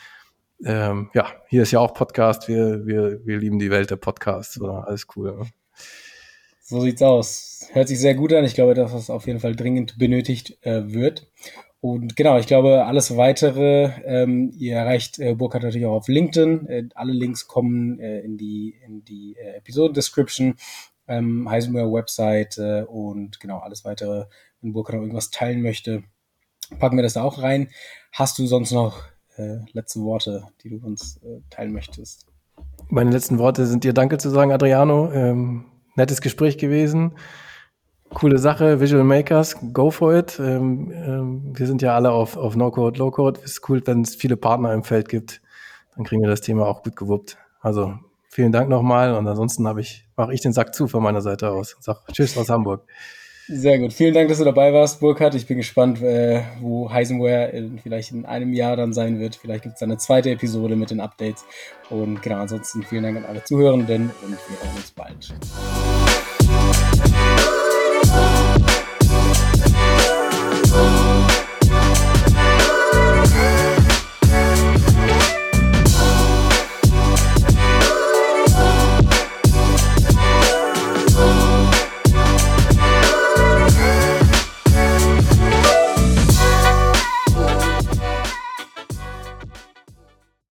Hier ist ja auch Podcast. Wir lieben die Welt der Podcasts. Oder? Alles cool. Ja. So sieht's aus. Hört sich sehr gut an. Ich glaube, dass das auf jeden Fall dringend benötigt wird. Und genau, ich glaube, alles Weitere, ihr erreicht Burkhard natürlich auch auf LinkedIn. Alle Links kommen in die Episoden-Description, Heisenware-Website und genau, alles Weitere, wenn Burkhard noch irgendwas teilen möchte, packen wir das da auch rein. Hast du sonst noch letzte Worte, die du uns teilen möchtest? Meine letzten Worte sind dir Danke zu sagen, Adriano. Nettes Gespräch gewesen. Coole Sache, Visual Makers, go for it. Wir sind ja alle auf No-Code, Low-Code. Ist cool, wenn es viele Partner im Feld gibt. Dann kriegen wir das Thema auch gut gewuppt. Also vielen Dank nochmal und ansonsten mache ich den Sack zu von meiner Seite aus und sage Tschüss aus Hamburg. Sehr gut. Vielen Dank, dass du dabei warst, Burkhard. Ich bin gespannt, wo Heisenware vielleicht in einem Jahr dann sein wird. Vielleicht gibt es eine zweite Episode mit den Updates. Und genau, ansonsten vielen Dank an alle Zuhörenden und wir hören uns bald.